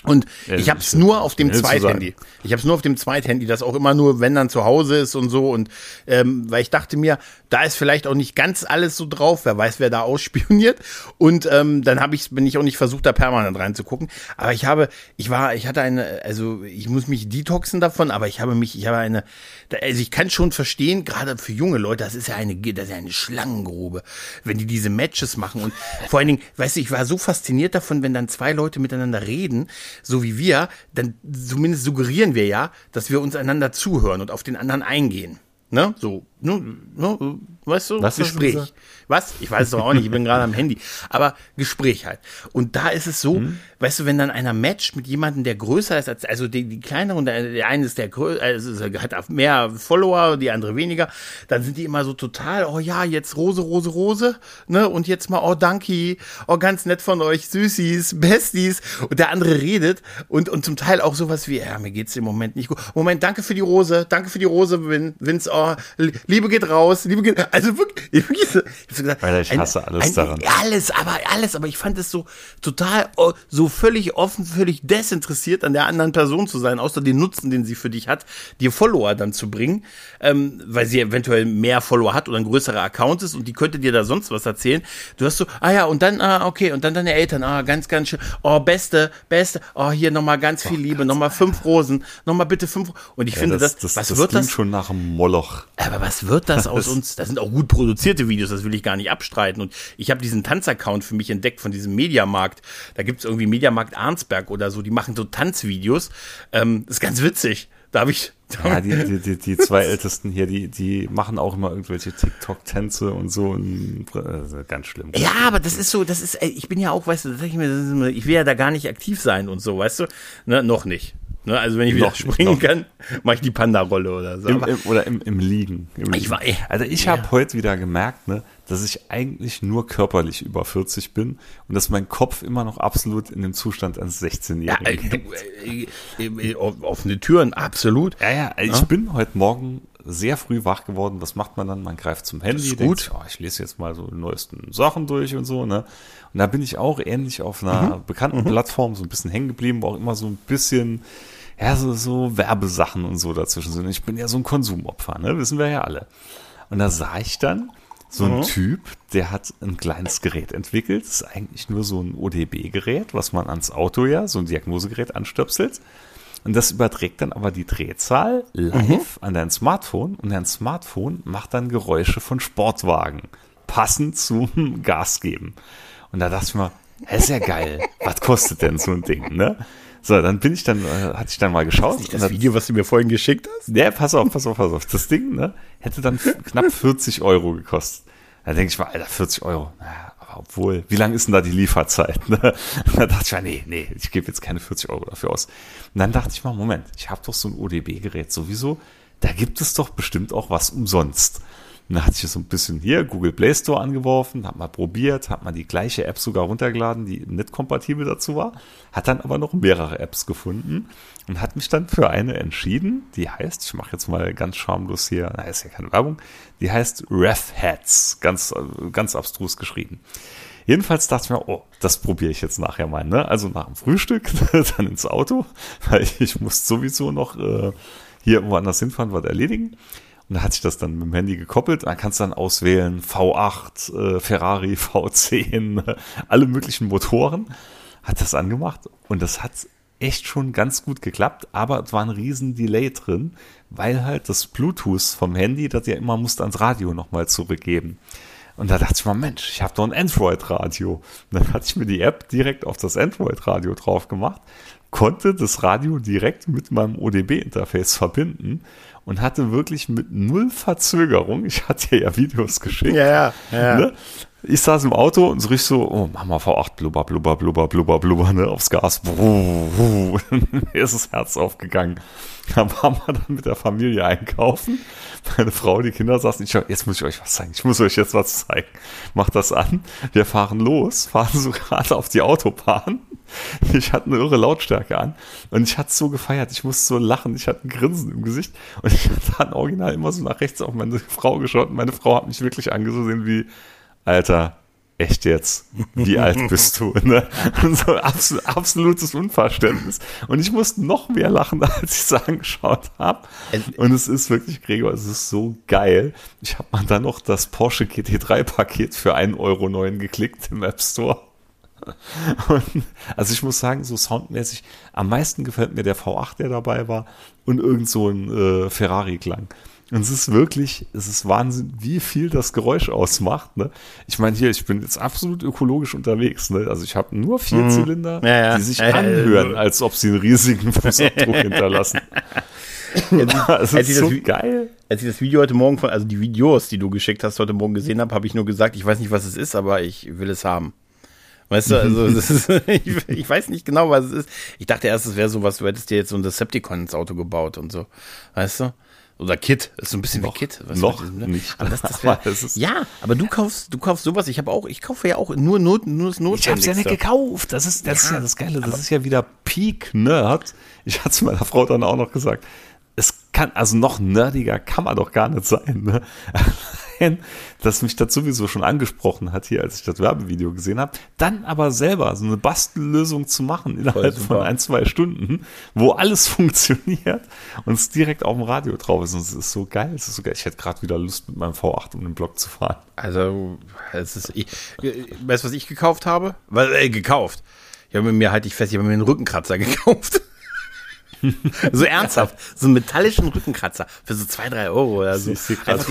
Und Ja, ich habe es ich- nur auf dem will zu Zweithandy. Ich habe es nur auf dem Zweithandy, das auch immer nur, wenn dann zu Hause ist und so. Und ähm, weil ich dachte mir, da ist vielleicht auch nicht ganz alles so drauf. Wer weiß, wer da ausspioniert. Und ähm, dann habe ich, bin ich auch nicht versucht, da permanent reinzugucken. Aber ich habe, ich war, ich hatte eine, also ich muss mich detoxen davon, aber ich habe mich, ich habe eine, also ich kann schon verstehen, gerade für junge Leute, das ist ja eine, das ist ja eine Schlangengrube, wenn die diese Matches machen. Und vor allen Dingen, weißt du, ich war so fasziniert davon, wenn dann zwei Leute miteinander reden, so wie wir, dann zumindest suggerieren wir ja, dass wir uns einander zuhören und auf den anderen eingehen. Ne? So, ne, ne, weißt du, Was hast du Gespräch. gesagt? Was? Ich weiß es doch auch nicht, ich bin gerade am Handy. Aber Gespräch halt. Und da ist es so, Mhm. weißt du, wenn dann einer matcht mit jemandem, der größer ist als, also die, die kleineren, der, der eine ist der größer, also hat mehr Follower, die andere weniger, dann sind die immer so total, oh ja, jetzt Rose, Rose, Rose, ne, und jetzt mal, oh danke, oh ganz nett von euch, Süßis, Besties, und der andere redet und, und zum Teil auch sowas wie, ja, mir geht's im Moment nicht gut. Moment, danke für die Rose, danke für die Rose, Vin, Vince, oh, Liebe geht raus, Liebe geht, also wirklich, ich hab so gesagt, Alter, ich hasse alles ein, daran. Alles, aber alles, aber ich fand es so total, oh, so völlig offen, völlig desinteressiert an der anderen Person zu sein, außer den Nutzen, den sie für dich hat, dir Follower dann zu bringen, ähm, weil sie eventuell mehr Follower hat oder ein größerer Account ist und die könnte dir da sonst was erzählen. Du hast so, ah ja, und dann, ah, okay, und dann deine Eltern, ah, ganz, ganz schön, oh, beste, beste, oh, hier nochmal ganz viel Liebe, nochmal fünf Rosen, nochmal bitte fünf, und ich Ja, finde das, das, was das wird klingt das? schon nach einem Moloch. Aber was wird das aus uns? Das sind auch gut produzierte Videos, das will ich gar nicht abstreiten. Und ich habe diesen Tanzaccount für mich entdeckt von diesem Mediamarkt. Da gibt's irgendwie Mediamarkt Arnsberg oder so, die machen so Tanzvideos. Ähm, das ist ganz witzig. Da habe ich. Ja, die, die, die, die zwei Ältesten hier, die, die machen auch immer irgendwelche TikTok-Tänze und so. Und, also ganz schlimm. Ja, aber das ist so, das ist, ey, ich bin ja auch, weißt du, das sag ich mir, das ist immer, ich will ja da gar nicht aktiv sein und so, weißt du? Ne, noch nicht. Ne, also wenn ich wieder Noch nicht, springen noch kann, mache ich die Panda-Rolle oder so. Im, Aber- im, oder im, im Liegen. Im Ich Liegen. war- ey, also ich ja. habe heute wieder gemerkt, ne, dass ich eigentlich nur körperlich über vierzig bin und dass mein Kopf immer noch absolut in dem Zustand eines ja, sechzehnjährigen ey, ist. du, äh, äh, äh, offene Türen, absolut. Ja, ja, ich Ja. bin heute Morgen sehr früh wach geworden. Was macht man dann? Man greift zum Handy, ist denkt, gut. sich, oh, ich lese jetzt mal so die neuesten Sachen durch und so, ne? Und da bin ich auch ähnlich auf einer Mhm. bekannten Plattform so ein bisschen hängen geblieben, wo auch immer so ein bisschen, ja, so, so Werbesachen und so dazwischen sind. Ich bin ja so ein Konsumopfer, ne? Wissen wir ja alle. Und da sah ich dann so ein Mhm. Typ, der hat ein kleines Gerät entwickelt. Das ist eigentlich nur so ein O D B-Gerät, was man ans Auto ja, so ein Diagnosegerät anstöpselt. Und das überträgt dann aber die Drehzahl live an dein Smartphone und dein Smartphone macht dann Geräusche von Sportwagen, passend zum Gas geben. Und da dachte ich mir, hä, ist ja geil. Was kostet denn so ein Ding, ne? So, dann bin ich dann, äh, hatte ich dann mal geschaut. Nicht und das dann- Video, was du mir vorhin geschickt hast? ja, pass auf, pass auf, pass auf. Das Ding, ne, hätte dann f- knapp vierzig Euro gekostet. Da denke ich mal, Alter, vierzig Euro. Naja, aber obwohl, wie lang ist denn da die Lieferzeit? Ne? Und da dachte ich mir, nee, nee, ich gebe jetzt keine vierzig Euro dafür aus. Und dann dachte ich mal, Moment, ich habe doch so ein O D B-Gerät sowieso. Da gibt es doch bestimmt auch was umsonst. Und da hatte ich so ein bisschen hier Google Play Store angeworfen, hab mal probiert, hab mal die gleiche App sogar runtergeladen, die nicht kompatibel dazu war, hat dann aber noch mehrere Apps gefunden und hat mich dann für eine entschieden, die heißt, ich mache jetzt mal ganz schamlos hier, na, ist ja keine Werbung, die heißt RefHeads, ganz, ganz abstrus geschrieben. Jedenfalls dachte ich mir, oh, das probiere ich jetzt nachher mal, ne? Also nach dem Frühstück, dann ins Auto, weil ich muss sowieso noch äh, hier irgendwo anders hinfahren, was erledigen. Und da hatte ich das dann mit dem Handy gekoppelt. Da kannst du dann auswählen V acht, äh, Ferrari V zehn, alle möglichen Motoren. Hat das angemacht und das hat echt schon ganz gut geklappt, aber es war ein riesen Delay drin, weil halt das Bluetooth vom Handy, das ja immer musste ans Radio nochmal zurückgeben. Und da dachte ich mal, Mensch, ich habe doch ein Android-Radio. Und dann hatte ich mir die App direkt auf das Android-Radio drauf gemacht, konnte das Radio direkt mit meinem O D B-Interface verbinden und hatte wirklich mit null Verzögerung, ich hatte dir ja Videos geschickt, Ja, ja, ja. ne? Ich saß im Auto und so richtig so, oh, mach mal V acht, blubber, blubber, blubber, blubber, blubber, ne, aufs Gas, bruh, bruh. Mir ist das Herz aufgegangen. Da waren wir dann mit der Familie einkaufen. Meine Frau, die Kinder saßen, ich, jetzt muss ich euch was zeigen, ich muss euch jetzt was zeigen. Mach das an, wir fahren los, fahren so gerade auf die Autobahn. Ich hatte eine irre Lautstärke an und ich hatte es so gefeiert, ich musste so lachen, ich hatte ein Grinsen im Gesicht und ich hatte dann original immer so nach rechts auf meine Frau geschaut und meine Frau hat mich wirklich angesehen wie, Alter, echt jetzt? Wie alt bist du? Ne? Und so absolut, absolutes Unverständnis. Und ich musste noch mehr lachen, als ich es angeschaut habe. Und es ist wirklich, Gregor, es ist so geil. Ich habe mal dann noch das Porsche G T drei Paket für ein Euro neun geklickt im App Store. Und, also ich muss sagen, so soundmäßig, am meisten gefällt mir der V acht, der dabei war, und irgend so ein äh, Ferrari-Klang. Und es ist wirklich, es ist Wahnsinn, wie viel das Geräusch ausmacht. Ne? Ich meine hier, ich bin jetzt absolut ökologisch unterwegs. Ne? Also ich habe nur vier mm. Zylinder, ja, ja. die sich ja, anhören, ja. als ob sie einen riesigen Fußabdruck hinterlassen. Ja, das ist so das, geil. Als ich das Video heute Morgen von, also die Videos, die du geschickt hast, heute Morgen gesehen habe, habe ich nur gesagt, ich weiß nicht, was es ist, aber ich will es haben. Weißt du, also das ist, ich, ich weiß nicht genau, was es ist. Ich dachte erst, es wäre sowas, du hättest dir jetzt so ein Decepticon ins Auto gebaut und so. Weißt du? Oder Kit, das ist so ein bisschen noch, wie Kit. Was noch diesem, ne? nicht. Aber das, das wär, aber das ist ja, aber du kaufst, du kaufst sowas. Ich habe auch, ich kaufe ja auch nur, nur, nur das Notwendigste. Ich habe es ja nicht gekauft. Das ist, das ja, ist ja das Geile. Das ist ja wieder Peak Nerd. Ich hatte es meiner Frau dann auch noch gesagt. Es kann, also noch nerdiger kann man doch gar nicht sein, ne? Das mich das sowieso schon angesprochen hat hier, als ich das Werbevideo gesehen habe, dann aber selber so eine Bastellösung zu machen innerhalb von ein, zwei Stunden, wo alles funktioniert und es direkt auf dem Radio drauf ist. Und es ist so geil, es ist so geil. Ich hätte gerade wieder Lust, mit meinem V acht um den Block zu fahren. Also, es ist, ich, weißt du, was ich gekauft habe? Weil, äh, gekauft. Ich habe mir, halt ich fest, ich habe mir einen Rückenkratzer gekauft. So ernsthaft, so einen metallischen Rückenkratzer für so zwei, drei Euro oder so. Ich sehe gerade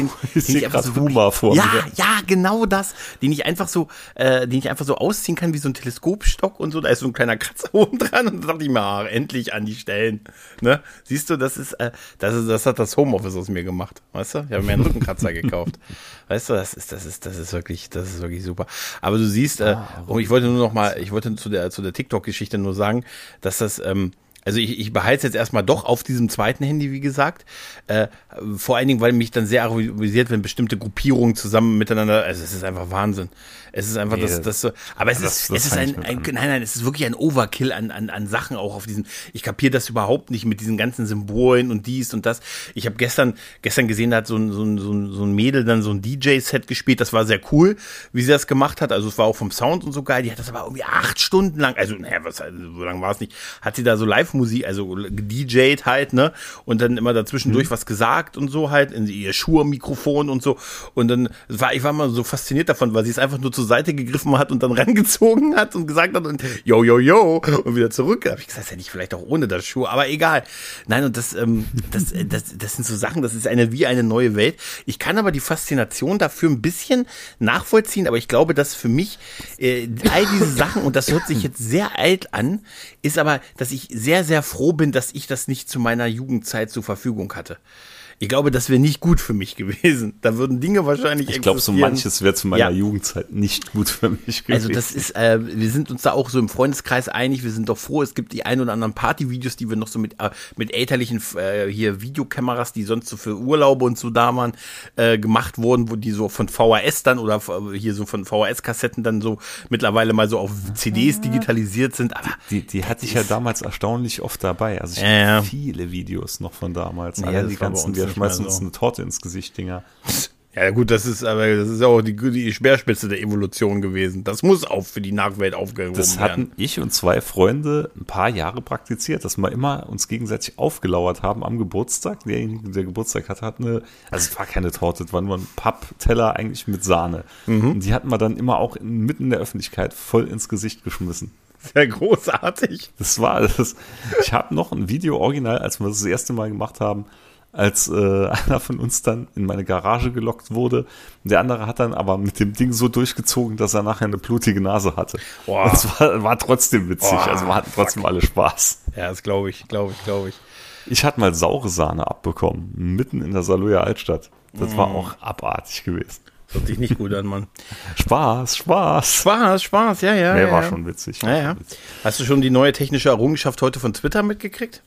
so Humor vor ja, mir. Ja, genau das, den ich einfach so, äh, den ich einfach so ausziehen kann wie so ein Teleskopstock und so. Da ist so ein kleiner Kratzer oben dran und da dachte ich mir, ah, endlich an die Stellen. Ne? Siehst du, das ist, äh, das ist, das hat das Homeoffice aus mir gemacht. Weißt du? Ich habe mir einen Rückenkratzer gekauft. Weißt du, das ist, das ist, das ist wirklich, das ist wirklich super. Aber du siehst, äh, oh, ich wollte nur noch mal, ich wollte zu der, zu der TikTok-Geschichte nur sagen, dass das, ähm, Also ich, ich behalte es jetzt erstmal doch auf diesem zweiten Handy, wie gesagt. Äh, vor allen Dingen, weil mich dann sehr arrovisiert, wenn bestimmte Gruppierungen zusammen miteinander, also es ist einfach Wahnsinn. Es ist einfach nee, das, das so, aber es das, ist, das es ist ein, ein, nein, nein, es ist wirklich ein Overkill an, an, an Sachen auch auf diesen, ich kapiere das überhaupt nicht mit diesen ganzen Symbolen und dies und das. Ich habe gestern, gestern gesehen, da hat so ein, so ein, so ein, so ein Mädel dann so ein D J-Set gespielt, das war sehr cool, wie sie das gemacht hat, also es war auch vom Sound und so geil, die hat das aber irgendwie acht Stunden lang, also naja, was, also, so lang war es nicht, hat sie da so Live-Musik, also D J'd halt, ne, und dann immer dazwischendurch mhm. was gesagt und so halt, in ihr Shure-Mikrofon und so, und dann war, ich war mal so fasziniert davon, weil sie es einfach nur zur Seite gegriffen hat und dann rangezogen hat und gesagt hat und yo, yo, yo und wieder zurück. Da habe ich gesagt, das hätte ich vielleicht auch ohne das Schuh, aber egal. Nein, und das, ähm, das, das, das sind so Sachen, das ist eine wie eine neue Welt. Ich kann aber die Faszination dafür ein bisschen nachvollziehen, aber ich glaube, dass für mich äh, all diese Sachen, und das hört sich jetzt sehr alt an, ist aber, dass ich sehr, sehr froh bin, dass ich das nicht zu meiner Jugendzeit zur Verfügung hatte. Ich glaube, das wäre nicht gut für mich gewesen. Da würden Dinge wahrscheinlich Ich glaube, so manches wäre zu meiner ja. Jugendzeit nicht gut für mich gewesen. Also das ist, äh, wir sind uns da auch so im Freundeskreis einig. Wir sind doch froh, es gibt die ein oder anderen Partyvideos, die wir noch so mit äh, mit elterlichen äh, hier Videokameras, die sonst so für Urlaube und so da waren, äh, gemacht wurden, wo die so von V H S dann oder hier so von V H S-Kassetten dann so mittlerweile mal so auf C Ds digitalisiert sind. Aber die, die, die hatte ich ja damals erstaunlich oft dabei. Also ich äh, habe viele Videos noch von damals. Ja, Alle die ganzen, wir schmeißen uns so eine Torte ins Gesicht, Dinger. Ja gut, das ist aber das ist auch die, die Speerspitze der Evolution gewesen. Das muss auch für die Nachwelt aufgehoben werden. Das hatten ich und zwei Freunde ein paar Jahre praktiziert, dass wir immer uns gegenseitig aufgelauert haben am Geburtstag. Derjenige, der Geburtstag hatte, hat eine, also es war keine Torte, es war nur ein Pappteller eigentlich mit Sahne. Mhm. Und die hatten wir dann immer auch mitten in der Öffentlichkeit voll ins Gesicht geschmissen. Sehr großartig. Das war das. Ich habe noch ein Video original, als wir das das erste Mal gemacht haben, als äh, einer von uns dann in meine Garage gelockt wurde. Der andere hat dann aber mit dem Ding so durchgezogen, dass er nachher eine blutige Nase hatte. Boah. Und es war, war trotzdem witzig. Boah, also wir hatten trotzdem fuck. alle Spaß. Ja, das glaube ich, glaube ich, glaube ich. Ich hatte mal saure Sahne abbekommen, mitten in der Saloja Altstadt. Das mm. war auch abartig gewesen. Das hört sich nicht gut an, Mann. Spaß, Spaß. Spaß, Spaß, ja, ja. Nee, ja, war ja. schon witzig. Ja, ja. witzig. Hast du schon die neue technische Errungenschaft heute von Twitter mitgekriegt?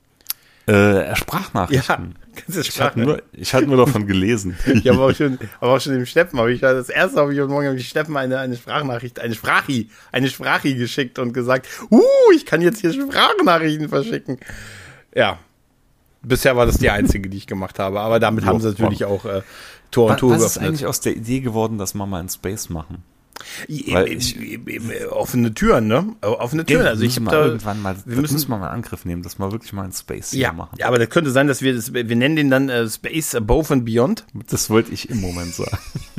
Äh, Sprachnachrichten. Ja, ich hatte nur, ich hatte nur davon gelesen. Ich habe auch schon, aber auch schon dem Steppen, habe ich das erste habe ich heute Morgen habe ich Steppen eine eine Sprachnachricht, eine Sprachi, eine Sprachi geschickt und gesagt, uh, ich kann jetzt hier Sprachnachrichten verschicken. Ja, bisher war das die einzige, die ich gemacht habe, aber damit jo, haben sie natürlich auch äh, Tor und Tor geöffnet. Was ist eigentlich aus der Idee geworden, dass wir mal in Space machen? Weil ich, offene Türen, ne? Offene Türen. Also ich müssen habe wir da irgendwann mal, wir das müssen, müssen wir mal in Angriff nehmen, dass wir wirklich mal einen Space hier ja, machen. Ja, aber das könnte sein, dass wir das, wir nennen den dann äh, Space Above and Beyond. Das wollte ich im Moment sagen.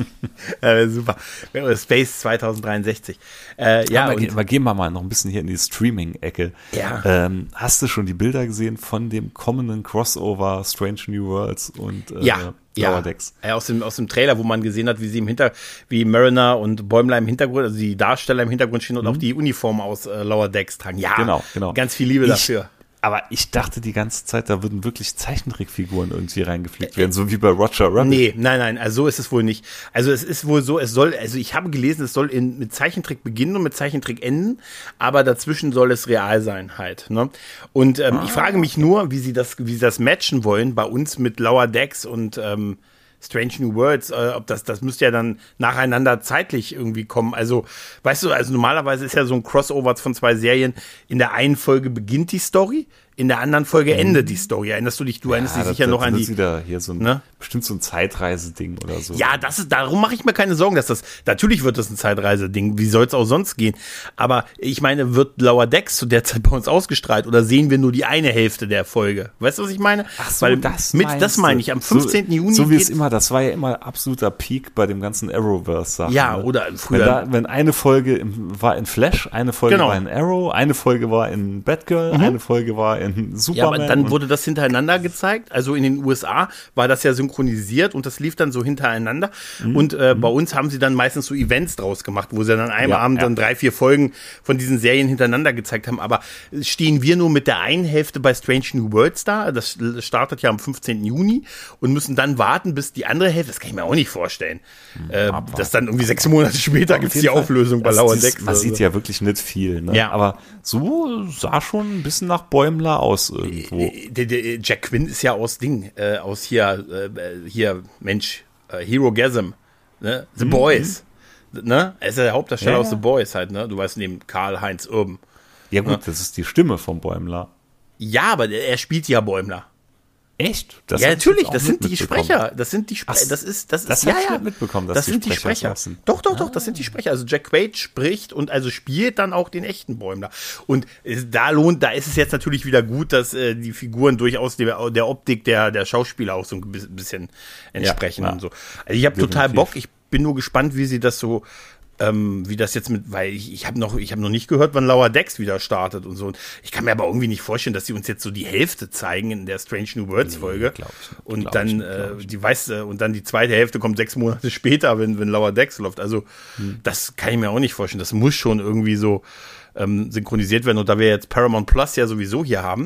äh, super. Space zwanzig dreiundsechzig. Äh, ja, aber, und, aber gehen wir mal noch ein bisschen hier in die Streaming-Ecke. Ja. Ähm, hast du schon die Bilder gesehen von dem kommenden Crossover Strange New Worlds und äh, ja. Ja, Decks? ja, aus dem, aus dem Trailer, wo man gesehen hat, wie sie im Hinter, wie Mariner und Bäumler im Hintergrund, also die Darsteller im Hintergrund stehen und mhm. auch die Uniform aus äh, Lower Decks tragen. Ja, genau, genau. Ganz viel Liebe ich, dafür. Aber ich dachte die ganze Zeit, da würden wirklich Zeichentrickfiguren irgendwie reingeflickt werden, so wie bei Roger Rabbit. Nee, nein, nein, also so ist es wohl nicht. Also es ist wohl so, es soll, also ich habe gelesen, es soll in, mit Zeichentrick beginnen und mit Zeichentrick enden, aber dazwischen soll es real sein halt. Ne? Und ähm, ah. ich frage mich nur, wie sie das, wie sie das matchen wollen bei uns mit Lower Decks und ähm, Strange New Worlds, äh, ob das, das müsste ja dann nacheinander zeitlich irgendwie kommen. Also, weißt du, also normalerweise ist ja so ein Crossover von zwei Serien, in der einen Folge beginnt die Story, in der anderen Folge endet die Story. Erinnerst du dich, du erinnerst ja, dich das, sicher das, noch an das die. Ist wieder hier so ein, ne? Bestimmt so ein Zeitreiseding oder so. Ja, das ist, darum mache ich mir keine Sorgen, dass das, natürlich wird das ein Zeitreiseding, wie soll es auch sonst gehen? Aber ich meine, wird Lower Decks zu der Zeit bei uns ausgestrahlt oder sehen wir nur die eine Hälfte der Folge? Weißt du, was ich meine? Ach so, Weil das mit, das meine ich, am fünfzehnten So, Juni. So wie es immer, das war ja immer absoluter Peak bei dem ganzen Arrowverse-Sachen. Ja, ne? oder früher. Wenn, da, wenn eine Folge im, war in Flash, eine Folge genau. war in Arrow, eine Folge war in Batgirl, mhm. eine Folge war in Superman. Ja, aber dann wurde das hintereinander gezeigt. Also in den U S A war das ja synchronisiert und das lief dann so hintereinander. Mhm. Und äh, mhm. bei uns haben sie dann meistens so Events draus gemacht, wo sie dann einmal ja, Abend ja. dann drei, vier Folgen von diesen Serien hintereinander gezeigt haben. Aber stehen wir nur mit der einen Hälfte bei Strange New Worlds da? Das startet ja am fünfzehnten Juni und müssen dann warten, bis die andere Hälfte, das kann ich mir auch nicht vorstellen, mhm. äh, dass dann irgendwie sechs Monate später gibt es die Auflösung bei Lower Decks. Man sieht ja wirklich nicht viel. Ne? Ja. Aber so sah schon ein bisschen nach Bäumler aus irgendwo. Der, der Jack Quinn ist ja aus Ding, äh, aus hier, äh, hier, Mensch, äh, Herogasm, ne? The mhm. Boys, ne? Er ist ja der Hauptdarsteller ja, aus The Boys halt, ne? Du weißt, neben Karl-Heinz Urban. Ja gut, ne? Das ist die Stimme von Bäumler. Ja, aber er spielt ja Bäumler. Echt? Das ja, natürlich, das sind die Sprecher. Das sind die Sprecher. Das ist, das, das ist, ja, ja. ja. mitbekommen, dass das die sind Sprecher die Sprecher. Lassen. Doch, doch, doch, ah. das sind die Sprecher. Also Jack Quaid spricht und also spielt dann auch den echten Bäumler. Und da lohnt, da ist es jetzt natürlich wieder gut, dass äh, die Figuren durchaus der, der Optik der, der Schauspieler auch so ein bisschen entsprechen ja, ja. und so. Also ich habe total Bock. Ich bin nur gespannt, wie sie das so Ähm, wie das jetzt mit, weil ich, ich habe noch, ich habe noch nicht gehört, wann Lower Decks wieder startet und so. Und ich kann mir aber irgendwie nicht vorstellen, dass sie uns jetzt so die Hälfte zeigen in der Strange New Worlds Folge. Nee, und glaub dann, nicht, äh, die weiß, äh, und dann die zweite Hälfte kommt sechs Monate später, wenn, wenn Lower Decks läuft. Also, hm. das kann ich mir auch nicht vorstellen. Das muss schon irgendwie so ähm, synchronisiert werden. Und da wir jetzt Paramount Plus ja sowieso hier haben,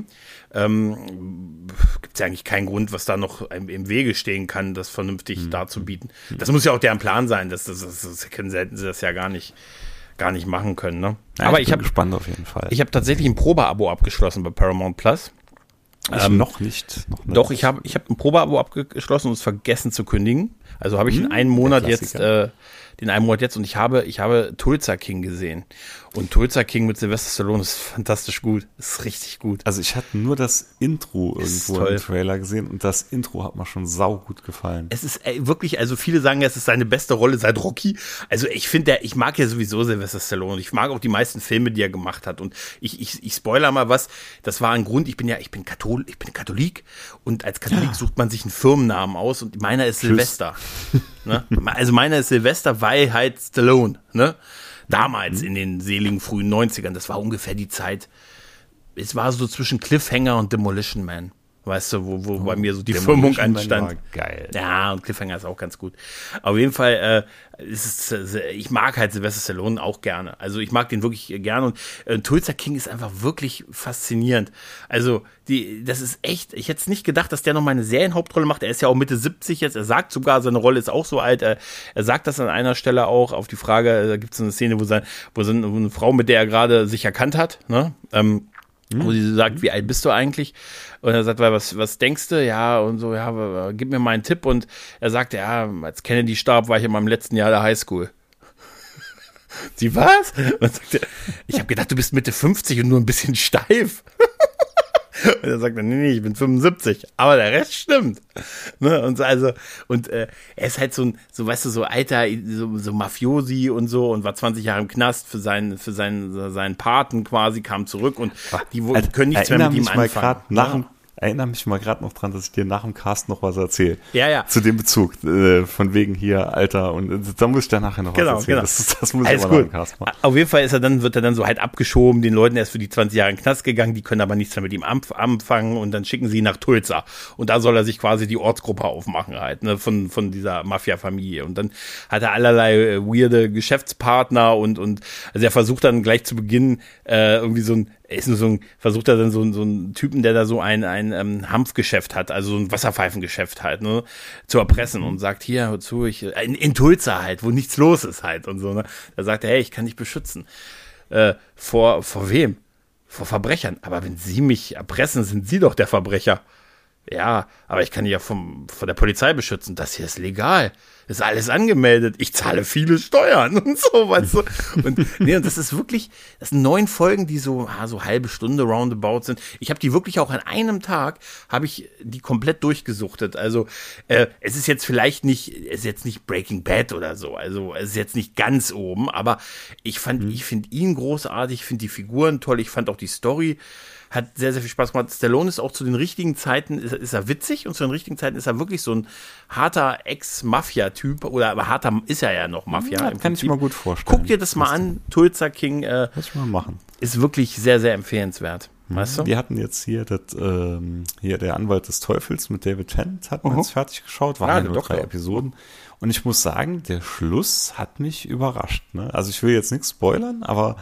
ähm, gibt es ja eigentlich keinen Grund, was da noch im, im Wege stehen kann, das vernünftig mhm. darzubieten. Das muss ja auch deren Plan sein, das, das, das, das können sie, sie das ja gar nicht, gar nicht machen können. Ne? Ja, aber ich, ich habe gespannt auf jeden Fall. Ich habe tatsächlich ein Probeabo abgeschlossen bei Paramount Plus. Ähm, noch nicht. Noch nicht. Doch, ich habe ich hab ein Probeabo abgeschlossen und es vergessen zu kündigen. Also habe ich hm, in einem Monat jetzt, äh, den einen Monat jetzt und ich habe, ich habe Tulsa King gesehen. Und Tulsa King mit Sylvester Stallone ist fantastisch gut. Ist richtig gut. Also ich hatte nur das Intro irgendwo im Trailer gesehen und das Intro hat mir schon saugut gefallen. Es ist ey, wirklich, also viele sagen, es ist seine beste Rolle seit Rocky. Also ich finde, ich mag ja sowieso Sylvester Stallone. Ich mag auch die meisten Filme, die er gemacht hat. Und ich, ich, ich spoiler mal was. Das war ein Grund. Ich bin ja, ich bin Katholik, ich bin Katholik und als Katholik ja. sucht man sich einen Firmennamen aus und meiner ist Tschüss. Sylvester. Ne? Also meiner ist Sylvester, weil halt Stallone, ne? Damals in den seligen frühen neunzigern, das war ungefähr die Zeit, es war so zwischen Cliffhanger und Demolition Man. Weißt du, wo, wo oh, bei mir so die Firmung anstand. Geil. Ja, und Cliffhanger ist auch ganz gut. Auf jeden Fall, äh, ist es, äh, ich mag halt Sylvester Stallone auch gerne. Also ich mag den wirklich gerne und äh, Tulsa King ist einfach wirklich faszinierend. Also die, das ist echt, ich hätte es nicht gedacht, dass der noch mal eine Serienhauptrolle macht. Er ist ja auch Mitte siebzig jetzt, er sagt sogar, seine Rolle ist auch so alt. Er, er sagt das an einer Stelle auch auf die Frage, da gibt es eine Szene, wo, sein, wo, sein, wo eine Frau, mit der er gerade sich erkannt hat, ne, ähm, wo sie sagt, wie alt bist du eigentlich? Und er sagt, was, was denkst du? Ja, und so, ja, gib mir mal einen Tipp. Und er sagt, ja, als Kennedy starb, war ich in meinem letzten Jahr der Highschool. Sie, was? Und sagt er, ich habe gedacht, du bist Mitte fünfzig und nur ein bisschen steif. Und er sagt dann, nee, nee, ich bin fünfundsiebzig. Aber der Rest stimmt. Ne? Und so, also, und äh, er ist halt so ein, so weißt du, so alter, so, so Mafiosi und so und war zwanzig Jahre im Knast für seinen, für seinen, seinen Paten quasi, kam zurück und die wo, also, können nichts mehr mit ihm anfangen. Nach dem Erinnere mich mal gerade noch dran, dass ich dir nach dem Cast noch was erzähle. Ja, ja. Zu dem Bezug, äh, von wegen hier, Alter, und äh, da muss ich dann nachher noch genau, was erzählen. Genau. Das, das muss Alles ich aber gut. nach dem Cast machen. Auf jeden Fall ist er dann, wird er dann so halt abgeschoben, den Leuten erst für die zwanzig Jahre in den Knast gegangen, die können aber nichts mehr mit ihm anfangen und dann schicken sie ihn nach Tulsa. Und da soll er sich quasi die Ortsgruppe aufmachen halt, ne, von, von dieser Mafia-Familie. Und dann hat er allerlei äh, weirde Geschäftspartner und, und, also er versucht dann gleich zu Beginn, äh, irgendwie so ein, er ist nur so ein, versucht er dann so, so einen Typen, der da so ein, ein ähm, Hanfgeschäft hat, also so ein Wasserpfeifengeschäft halt, ne, zu erpressen und sagt, hier, hör zu, ich, in, in Tulsa halt, wo nichts los ist halt und so, ne. Da sagt er, hey, ich kann dich beschützen. Äh, vor, vor wem? Vor Verbrechern. Aber wenn Sie mich erpressen, sind Sie doch der Verbrecher. Ja, aber ich kann dich ja vom, von der Polizei beschützen. Das hier ist legal. Ist alles angemeldet. Ich zahle viele Steuern und so, weißt du. Und, nee, und das ist wirklich, das sind neun Folgen, die so, ah, so halbe Stunde roundabout sind. Ich habe die wirklich auch an einem Tag, habe ich die komplett durchgesuchtet. Also, äh, es ist jetzt vielleicht nicht, es ist jetzt nicht Breaking Bad oder so. Also, es ist jetzt nicht ganz oben, aber ich fand, mhm. ich finde ihn großartig, ich finde die Figuren toll, ich fand auch die Story. Hat sehr, sehr viel Spaß gemacht. Stallone ist auch zu den richtigen Zeiten, ist, ist er witzig und zu den richtigen Zeiten ist er wirklich so ein harter Ex-Mafia-Typ oder aber harter ist er ja noch Mafia. Ja, kann ich mir gut vorstellen. Guck dir das mal an, Tulsa King äh, Muss ich mal machen. Ist wirklich sehr, sehr empfehlenswert. Weißt du? Wir hatten jetzt hier das, ähm, hier der Anwalt des Teufels mit David Tennant, hatten wir uh-huh. jetzt fertig geschaut, waren ja, ja nur Doktor. drei Episoden. Und ich muss sagen, der Schluss hat mich überrascht. Ne? Also ich will jetzt nichts spoilern, aber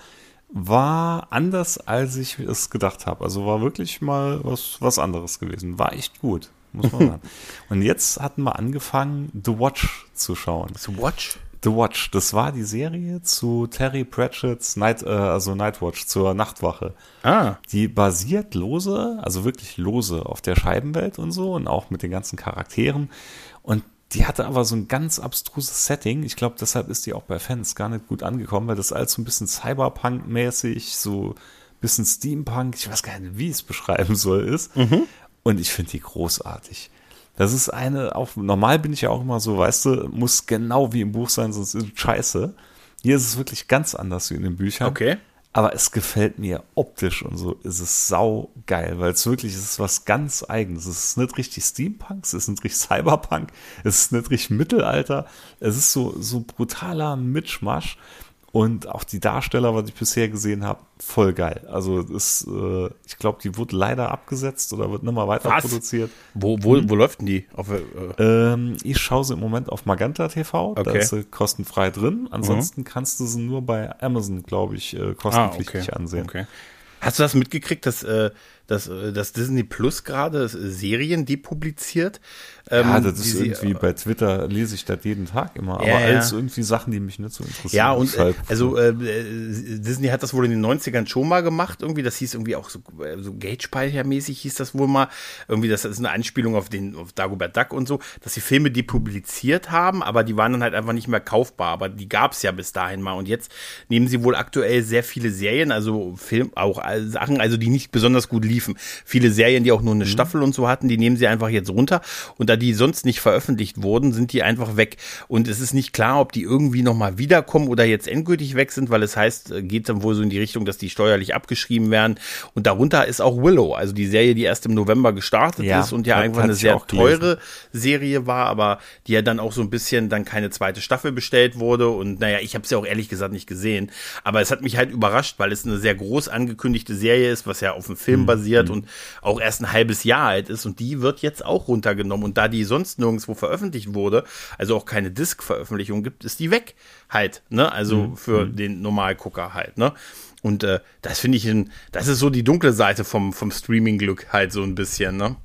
war anders, als ich es gedacht habe. Also war wirklich mal was, was anderes gewesen. War echt gut, muss man sagen. Und jetzt hatten wir angefangen, The Watch zu schauen. The Watch? The Watch, das war die Serie zu Terry Pratchett's Night, äh, also Nightwatch, zur Nachtwache. Ah. Die basiert lose, also wirklich lose auf der Scheibenwelt und so und auch mit den ganzen Charakteren. Und die hatte aber so ein ganz abstruses Setting. Ich glaube, deshalb ist die auch bei Fans gar nicht gut angekommen, weil das alles so ein bisschen Cyberpunk-mäßig, so ein bisschen Steampunk, ich weiß gar nicht, wie ich es beschreiben soll, ist. Mhm. Und ich finde die großartig. Das ist eine, auch normal bin ich ja auch immer so, weißt du, muss genau wie im Buch sein, sonst ist es scheiße. Hier ist es wirklich ganz anders wie in den Büchern. Okay. Aber es gefällt mir optisch und so, ist es sau geil, weil es wirklich, es ist was ganz Eigenes. Es ist nicht richtig Steampunk, es ist nicht richtig Cyberpunk, es ist nicht richtig Mittelalter. Es ist so, so brutaler Mitschmasch. Und auch die Darsteller, was ich bisher gesehen habe, voll geil. Also ist, äh, ich glaube, die wurde leider abgesetzt oder wird nicht mehr weiter was? produziert. Wo, wo, wo läuft denn die? Auf, äh ähm, ich schaue sie im Moment auf Magenta T V, okay. Da ist sie kostenfrei drin. Ansonsten mhm. kannst du sie nur bei Amazon, glaube ich, äh, kostenpflichtig ah, okay. ansehen. Okay. Hast du das mitgekriegt, dass, äh, dass, dass Disney Plus gerade Serien depubliziert? Ähm, ja, das ist irgendwie, sie, bei Twitter lese ich das jeden Tag immer, aber ja, alles ja. irgendwie Sachen, die mich nicht so interessieren. Ja, und halt, also äh, Disney hat das wohl in den neunzigern schon mal gemacht, irgendwie, das hieß irgendwie auch so, so Gate-Speicher-mäßig hieß das wohl mal, irgendwie, das ist eine Anspielung auf den, auf Dagobert Duck und so, dass sie Filme depubliziert haben, aber die waren dann halt einfach nicht mehr kaufbar, aber die gab es ja bis dahin mal und jetzt nehmen sie wohl aktuell sehr viele Serien, also Film, auch Sachen, also die nicht besonders gut liefen. Viele Serien, die auch nur eine mhm. Staffel und so hatten, die nehmen sie einfach jetzt runter und da die sonst nicht veröffentlicht wurden, sind die einfach weg. Und es ist nicht klar, ob die irgendwie nochmal wiederkommen oder jetzt endgültig weg sind, weil es heißt, geht dann wohl so in die Richtung, dass die steuerlich abgeschrieben werden. Und darunter ist auch Willow, also die Serie, die erst im November gestartet ja, ist und ja einfach eine sehr teure Serie war, aber die ja dann auch so ein bisschen dann keine zweite Staffel bestellt wurde. Und naja, ich habe es ja auch ehrlich gesagt nicht gesehen. Aber es hat mich halt überrascht, weil es eine sehr groß angekündigte Serie ist, was ja auf dem Film mhm. basiert und auch erst ein halbes Jahr alt ist. Und die wird jetzt auch runtergenommen. Und da die sonst nirgendwo veröffentlicht wurde, also auch keine Disc-Veröffentlichung gibt, ist die weg halt, ne, also mhm. für mhm. den Normalgucker halt, ne, und äh, das finde ich, ein, das ist so die dunkle Seite vom, vom Streaming-Glück halt so ein bisschen, ne.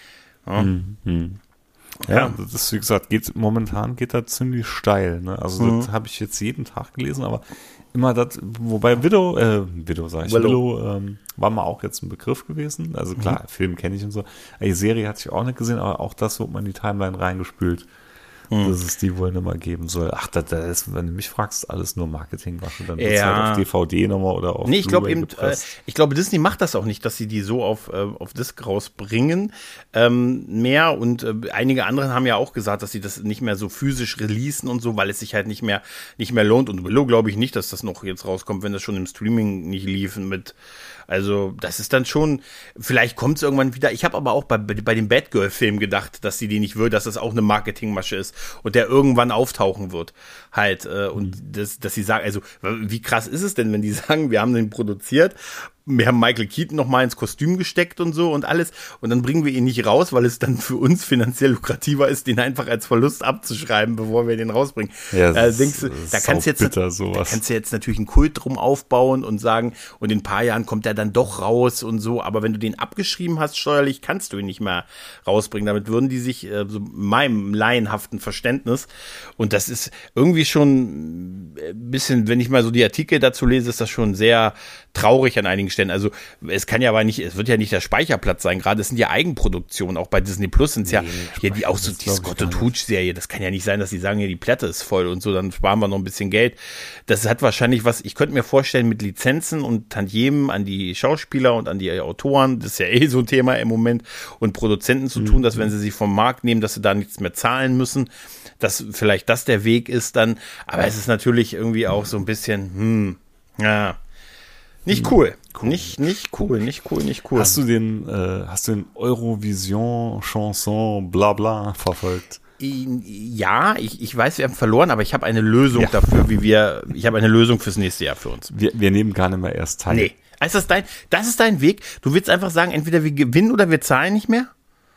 Ja, mhm. ja, ja. Das ist, wie gesagt, geht, momentan geht das ziemlich steil, ne, also mhm. das habe ich jetzt jeden Tag gelesen, aber immer das, wobei Widow, äh, Widow sag ich, Willow, Willow ähm, war mal auch jetzt ein Begriff gewesen. Also klar, mhm. Film kenne ich und so. Die Serie hatte ich auch nicht gesehen, aber auch das wird man in die Timeline reingespült. hm. dass es die wohl nicht mehr geben soll. Ach, das, das ist, wenn du mich fragst, alles nur Marketingmache. Dann wird es ja. halt auf D V D nochmal oder auf Nee, ich glaube eben, äh, gepresst. ich glaube, Disney macht das auch nicht, dass sie die so auf, äh, auf Disc rausbringen. Ähm, mehr und äh, einige andere haben ja auch gesagt, dass sie das nicht mehr so physisch releasen und so, weil es sich halt nicht mehr, nicht mehr lohnt. Und Willow glaube ich nicht, dass das noch jetzt rauskommt, wenn das schon im Streaming nicht liefen mit. Also das ist dann schon, vielleicht kommt es irgendwann wieder. Ich habe aber auch bei, bei dem Batgirl-Film gedacht, dass sie die nicht will, dass das auch eine Marketingmasche ist und der irgendwann auftauchen wird. Halt, äh, und das, dass sie sagen, also wie krass ist es denn, wenn die sagen, wir haben den produziert, wir haben Michael Keaton noch mal ins Kostüm gesteckt und so und alles und dann bringen wir ihn nicht raus, weil es dann für uns finanziell lukrativer ist, den einfach als Verlust abzuschreiben, bevor wir den rausbringen. Ja, äh, denkst du, da kannst du jetzt, bitter, da kannst du jetzt natürlich einen Kult drum aufbauen und sagen, und in ein paar Jahren kommt er dann doch raus und so, aber wenn du den abgeschrieben hast steuerlich, kannst du ihn nicht mehr rausbringen. Damit würden die sich, äh, so meinem laienhaften Verständnis, und das ist irgendwie schon ein bisschen, wenn ich mal so die Artikel dazu lese, ist das schon sehr traurig an einigen Stellen. Also es kann ja aber nicht, es wird ja nicht der Speicherplatz sein, gerade es sind ja Eigenproduktionen, auch bei Disney Plus sind es ja, nee, ja die auch so die Scott und Hooch Serie, das kann ja nicht sein, dass die sagen, ja, die Platte ist voll und so, dann sparen wir noch ein bisschen Geld. Das hat wahrscheinlich was, ich könnte mir vorstellen, mit Lizenzen und Tantiemen an die Schauspieler und an die Autoren, das ist ja eh so ein Thema im Moment, und Produzenten zu tun, mhm. dass wenn sie sich vom Markt nehmen, dass sie da nichts mehr zahlen müssen, dass vielleicht das der Weg ist dann, aber es ist natürlich irgendwie auch so ein bisschen, hm, ja, nicht cool. cool. Nicht, nicht cool, nicht cool, nicht cool. Hast du den, äh, hast du den Eurovision Chanson Blabla verfolgt? Ja, ich, ich weiß, wir haben verloren, aber ich habe eine Lösung ja. dafür, wie wir, ich habe eine Lösung fürs nächste Jahr für uns. Wir, wir nehmen gar nicht mehr erst teil. Nee. Ist das dein, das ist dein Weg? Du willst einfach sagen, entweder wir gewinnen oder wir zahlen nicht mehr?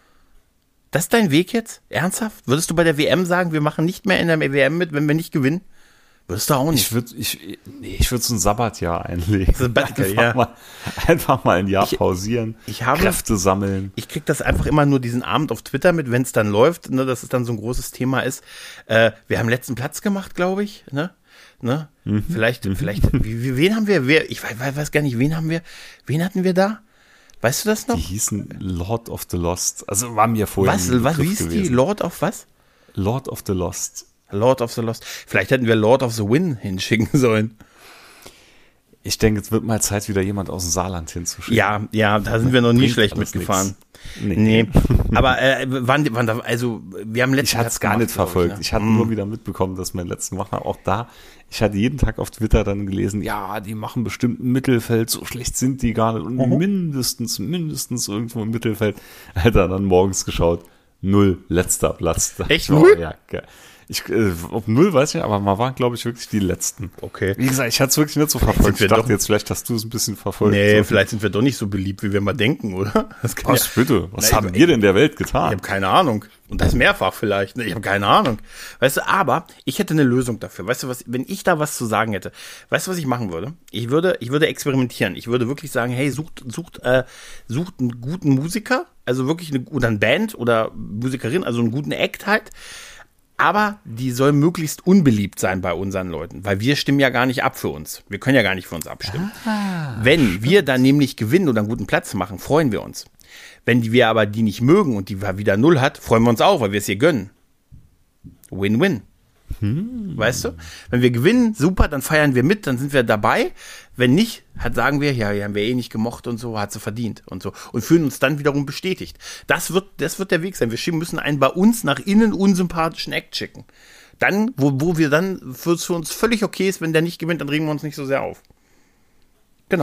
Das ist dein Weg jetzt? Ernsthaft? Würdest du bei der W M sagen, wir machen nicht mehr in der W M mit, wenn wir nicht gewinnen? Würdest du auch nicht? Ich würde ich, nee, ich würd so ein Sabbatjahr einlegen. Sabbatical, einfach, ja. mal, einfach mal ein Jahr ich, pausieren, ich habe, Kräfte sammeln. Ich krieg das einfach immer nur diesen Abend auf Twitter mit, wenn es dann läuft, ne, dass es dann so ein großes Thema ist. Äh, wir haben letzten Platz gemacht, glaube ich. Ne? Ne? Mhm. Vielleicht, mhm. vielleicht, wie, wen haben wir? Wer, ich weiß, weiß gar nicht, wen haben wir? Wen hatten wir da? Weißt du das noch? Die hießen Lord of the Lost. Also war mir vorher Was, was hieß gewesen. Die? Lord of was? Lord of the Lost. Lord of the Lost. Vielleicht hätten wir Lord of the Win hinschicken sollen. Ich denke, es wird mal Zeit, wieder jemand aus dem Saarland hinzuschicken. Ja, ja, da sind wir noch nie Bringt schlecht mitgefahren. Nee. nee. Aber äh, wann, wann da, also wir haben letztens. Ich hatte es gar nicht verfolgt. Ich, ne? ich hatte mm. nur wieder mitbekommen, dass wir letzten gemacht haben. Auch da, ich hatte jeden Tag auf Twitter dann gelesen, ja, die machen bestimmt ein Mittelfeld, so schlecht sind die gar nicht. Und uh-huh. mindestens, mindestens irgendwo im Mittelfeld. Alter, dann morgens geschaut, null, letzter Platz. Echt null? Ja, geil. Ich, äh, ob null weiß ich nicht, aber man waren, glaube ich, wirklich die Letzten. Okay. Wie gesagt, ich hatte es wirklich nicht so verfolgt. Ich dachte doch, jetzt, vielleicht hast du es ein bisschen verfolgt. Nee, so. Vielleicht sind wir doch nicht so beliebt, wie wir mal denken, oder? Das kann Was ja, bitte? Was na, haben ich, wir denn der Welt getan? Ich habe keine Ahnung. Und das mehrfach vielleicht. Ich habe keine Ahnung. Weißt du, aber ich hätte eine Lösung dafür. Weißt du, was, wenn ich da was zu sagen hätte, weißt du, was ich machen würde? Ich würde, ich würde experimentieren. Ich würde wirklich sagen, hey, sucht, sucht, äh, sucht einen guten Musiker, also wirklich eine, oder eine Band oder Musikerin, also einen guten Act halt. Aber die soll möglichst unbeliebt sein bei unseren Leuten, weil wir stimmen ja gar nicht ab für uns. Wir können ja gar nicht für uns abstimmen. Ah, Wenn stimmt. wir dann nämlich gewinnen oder einen guten Platz machen, freuen wir uns. Wenn wir aber die nicht mögen und die wieder null hat, freuen wir uns auch, weil wir es ihr gönnen. Win-win. Hm. Weißt du? Wenn wir gewinnen, super, dann feiern wir mit, dann sind wir dabei. Wenn nicht, hat, sagen wir, ja, die haben wir eh nicht gemocht und so, hat sie verdient und so. Und fühlen uns dann wiederum bestätigt. Das wird, das wird der Weg sein. Wir müssen einen bei uns nach innen unsympathischen Act schicken. Dann, wo, wo wir dann für, für uns völlig okay ist, wenn der nicht gewinnt, dann regen wir uns nicht so sehr auf. Genau.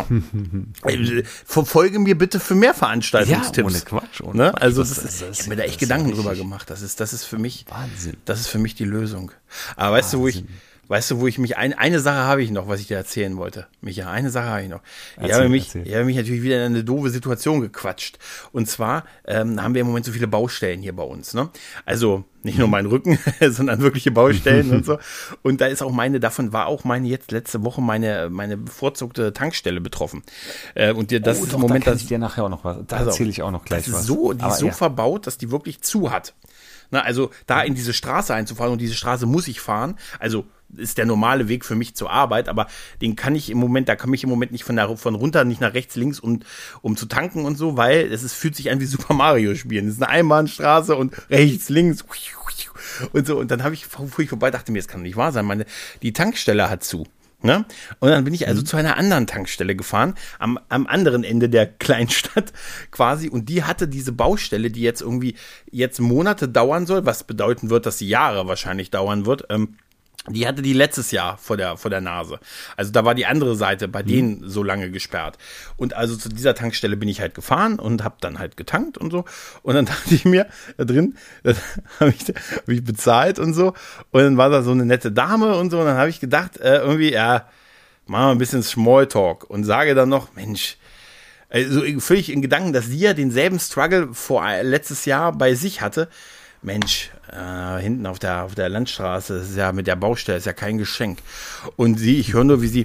Verfolge mir bitte für mehr Veranstaltungstipps. Ja, ohne Quatsch. Ohne ne? Quatsch. Also das, das ist, das, ich habe mir da echt Gedanken drüber gemacht. Das ist, das ist für mich, Wahnsinn. Das ist für mich die Lösung. Aber weißt Wahnsinn. du, wo ich, weißt du, wo ich mich, ein, eine Sache habe ich noch, was ich dir erzählen wollte. Micha, eine Sache habe ich noch. Erzähl, ich, habe mich, ich habe mich natürlich wieder in eine doofe Situation gequatscht. Und zwar ähm, haben wir im Moment so viele Baustellen hier bei uns. Ne? Also nicht nur mein Rücken, sondern wirkliche Baustellen und so. Und da ist auch meine, davon war auch meine jetzt letzte Woche meine, meine bevorzugte Tankstelle betroffen. Äh, und dir das oh, ist doch, im Moment, da kann dass ich dir nachher auch noch was. Da erzähle ich auch noch gleich das was. Ist so, die Aber ist so ja. verbaut, dass die wirklich zu hat. Na, also da in diese Straße einzufahren und diese Straße muss ich fahren. Also ist der normale Weg für mich zur Arbeit, aber den kann ich im Moment, da kann ich im Moment nicht von, der, von runter, nicht nach rechts, links, um, um zu tanken und so, weil es ist, fühlt sich an wie Super Mario spielen. Es ist eine Einbahnstraße und rechts, links Und so, und dann habe ich, fuhr ich vorbei, dachte mir, das kann doch nicht wahr sein, meine, die Tankstelle hat zu. Ne? Und dann bin ich also mhm. zu einer anderen Tankstelle gefahren, am, am anderen Ende der Kleinstadt quasi, und die hatte diese Baustelle, die jetzt irgendwie jetzt Monate dauern soll, was bedeuten wird, dass sie Jahre wahrscheinlich dauern wird, ähm, die hatte die letztes Jahr vor der, vor der Nase. Also da war die andere Seite bei mhm. denen so lange gesperrt. Und also zu dieser Tankstelle bin ich halt gefahren und habe dann halt getankt und so. Und dann dachte ich mir, da drin, da habe ich, hab ich bezahlt und so. Und dann war da so eine nette Dame und so. Und dann habe ich gedacht, äh, irgendwie, ja, machen wir ein bisschen Smalltalk. Und sage dann noch, Mensch, also völlig in Gedanken, dass sie ja denselben Struggle vor letztes Jahr bei sich hatte. Mensch, äh, hinten auf der, auf der Landstraße, das ist ja mit der Baustelle, ist ja kein Geschenk. Und sie, ich höre nur, wie sie,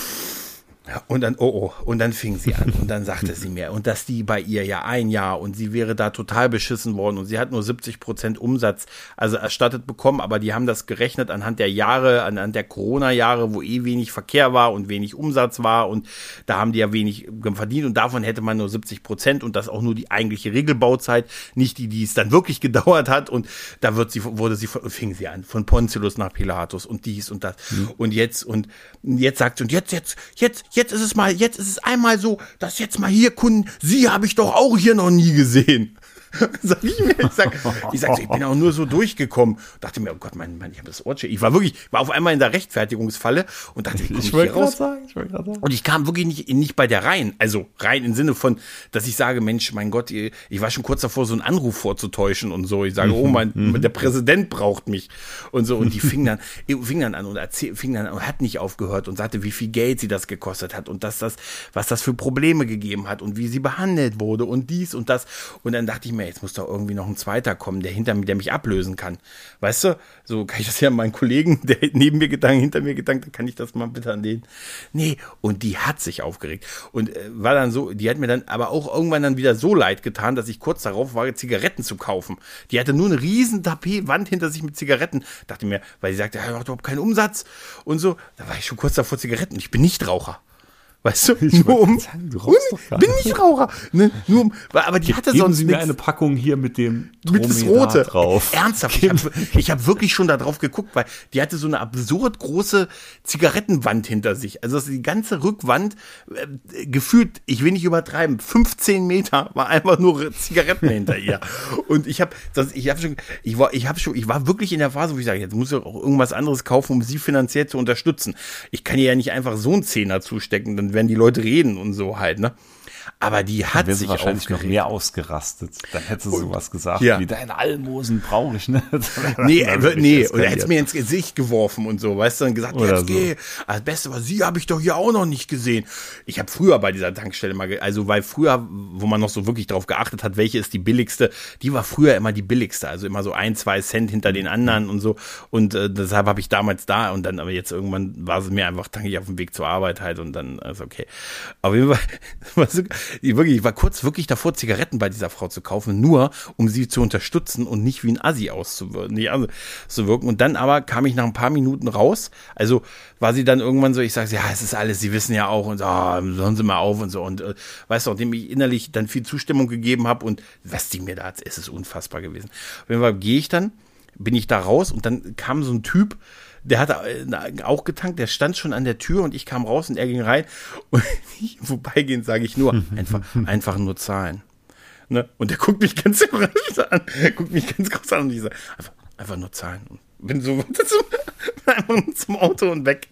und dann, oh, oh, und dann fing sie an und dann sagte sie mir, und dass die bei ihr ja ein Jahr und sie wäre da total beschissen worden und sie hat nur siebzig Prozent Umsatz, also erstattet bekommen, aber die haben das gerechnet anhand der Jahre, anhand der Corona-Jahre, wo eh wenig Verkehr war und wenig Umsatz war und da haben die ja wenig verdient und davon hätte man nur siebzig Prozent und das auch nur die eigentliche Regelbauzeit, nicht die, die es dann wirklich gedauert hat und da wird sie, wurde sie, fing sie an, von Pontius nach Pilatus und dies und das mhm. und jetzt und jetzt sagt sie und jetzt, jetzt, jetzt, jetzt Jetzt ist es mal, jetzt ist es einmal so, dass jetzt mal hier Kunden, sie habe ich doch auch hier noch nie gesehen. Sag ich mir, ich sag, ich sag, ich bin auch nur so durchgekommen. Dachte mir, oh Gott, mein, mein, ich habe das Ohr. Ich war wirklich, war auf einmal in der Rechtfertigungsfalle und dachte, wie komme ich, ich hier raus? Sagen, ich wollte gerade sagen. Und ich kam wirklich nicht, nicht bei der rein. Also rein im Sinne von, dass ich sage, Mensch, mein Gott, ich war schon kurz davor, so einen Anruf vorzutäuschen und so. Ich sage, oh mein, der Präsident braucht mich und so. Und die fing dann, fing dann an und erzähl, fing dann an und hat nicht aufgehört und sagte, wie viel Geld sie das gekostet hat und dass das, was das für Probleme gegeben hat und wie sie behandelt wurde und dies und das. Und dann dachte ich mir, jetzt muss doch irgendwie noch ein Zweiter kommen, der hinter mir, der mich ablösen kann. Weißt du, so kann ich das ja meinen Kollegen, der neben mir gedankt, hinter mir gedankt, dann kann ich das mal bitte an den. Nee, und die hat sich aufgeregt und äh, war dann so, die hat mir dann aber auch irgendwann dann wieder so leid getan, dass ich kurz darauf war, Zigaretten zu kaufen. Die hatte nur eine riesen Tapetwand hinter sich mit Zigaretten. Dachte mir, weil sie sagte, ja, macht überhaupt keinen Umsatz und so. Da war ich schon kurz davor Zigaretten. Ich bin nicht Raucher. Weißt du, ich nur um, sagen, du rauchst doch gar bin nicht Raucher, ne, nur um, aber die hatte Geben sonst Sie mir nix. eine Packung hier mit dem mit das Rote drauf. Ernsthaft, ich habe ich hab wirklich schon da drauf geguckt, weil die hatte so eine absurd große Zigarettenwand hinter sich, also die ganze Rückwand äh, gefühlt, ich will nicht übertreiben, fünfzehn Meter war einfach nur Zigaretten hinter ihr und ich habe ich habe schon ich war ich habe schon ich war wirklich in der Phase, wo ich sage, jetzt muss ich auch irgendwas anderes kaufen, um sie finanziell zu unterstützen. Ich kann ihr ja nicht einfach so einen Zehner zustecken, dann werden die Leute reden und so halt, ne? Aber die hat sich wahrscheinlich aufgeregt. noch mehr ausgerastet. Dann hätte sie sowas gesagt ja. wie, deine Almosen brauche ich, ne? Nee, nee, oder hätte es mir ins Gesicht geworfen und so, weißt du, dann gesagt, oder jetzt so. geh. Das Beste war, sie habe ich doch hier auch noch nicht gesehen. Ich habe früher bei dieser Tankstelle mal, ge- also weil früher, wo man noch so wirklich drauf geachtet hat, welche ist die billigste, die war früher immer die billigste, also immer so ein, zwei Cent hinter den anderen und so und äh, deshalb habe ich damals da und dann, aber jetzt irgendwann war es mir einfach, tanke ich auf dem Weg zur Arbeit halt und dann ist okay. Auf jeden Fall, war so, ich, wirklich, ich war kurz wirklich davor, Zigaretten bei dieser Frau zu kaufen, nur um sie zu unterstützen und nicht wie ein Assi auszuwirken. Nicht auszuwirken. Und dann aber kam ich nach ein paar Minuten raus. Also war sie dann irgendwann so, ich sage, ja, es ist alles, Sie wissen ja auch und so, oh, hören Sie mal auf und so. Und äh, weißt du, nachdem ich innerlich dann viel Zustimmung gegeben habe und was die mir da hat, ist es unfassbar gewesen. Auf jeden Fall gehe ich dann, bin ich da raus und dann kam so ein Typ, der hat auch getankt, der stand schon an der Tür und ich kam raus und er ging rein und ich, vorbeigehend sage ich nur, einfach, einfach nur zahlen. Ne? Und der guckt mich ganz überrascht an, guckt mich ganz groß an und ich sage, einfach, einfach nur zahlen. Und bin so einfach zum Auto und weg.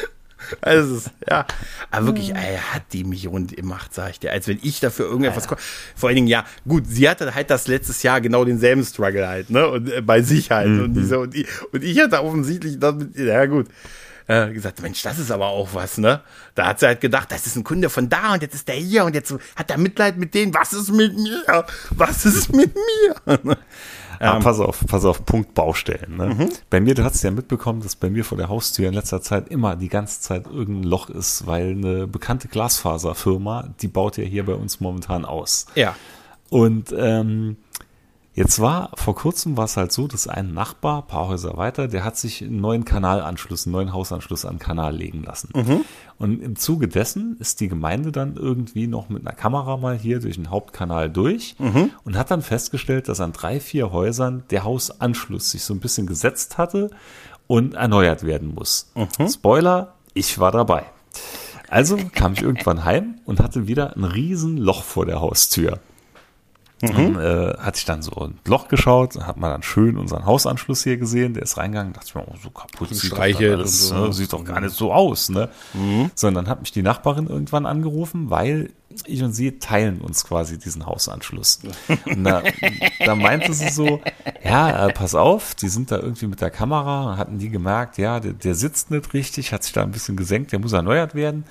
Also, es ist, ja, aber wirklich, ey, hat die mich rund gemacht, sag ich dir, als wenn ich dafür irgendetwas, ja. Vor allen Dingen, ja, gut, sie hatte halt das letztes Jahr genau denselben Struggle halt, ne, und äh, bei sich halt, mhm. und, diese, und, ich, und ich hatte offensichtlich damit, ja gut, äh, gesagt, Mensch, das ist aber auch was, ne, da hat sie halt gedacht, das ist ein Kunde von da und jetzt ist der hier und jetzt hat er Mitleid mit denen, was ist mit mir, was ist mit mir? Ah, pass auf, pass auf, Punkt Baustellen. Ne? Mhm. Bei mir, du hast ja mitbekommen, dass bei mir vor der Haustür in letzter Zeit immer die ganze Zeit irgendein Loch ist, weil eine bekannte Glasfaserfirma, die baut ja hier bei uns momentan aus. Ja. Und ähm, Jetzt war, vor kurzem war es halt so, dass ein Nachbar, ein paar Häuser weiter, der hat sich einen neuen Kanalanschluss, einen neuen Hausanschluss an den Kanal legen lassen. Mhm. Und im Zuge dessen ist die Gemeinde dann irgendwie noch mit einer Kamera mal hier durch den Hauptkanal durch mhm. und hat dann festgestellt, dass an drei, vier Häusern der Hausanschluss sich so ein bisschen gesetzt hatte und erneuert werden muss. Mhm. Spoiler, ich war dabei. Also kam ich irgendwann heim und hatte wieder ein riesen Loch vor der Haustür. Mhm. Dann äh, hatte ich dann so ein Loch geschaut, hat man dann schön unseren Hausanschluss hier gesehen, der ist reingegangen, dachte ich mir, oh, so kaputt sieht doch, alles, so. ne? sieht doch gar nicht so aus. Ne? Mhm. Sondern dann hat mich die Nachbarin irgendwann angerufen, weil ich und sie teilen uns quasi diesen Hausanschluss. Und da, da meinte sie so, ja, äh, pass auf, die sind da irgendwie mit der Kamera, hatten die gemerkt, ja, der, der sitzt nicht richtig, hat sich da ein bisschen gesenkt, der muss erneuert werden,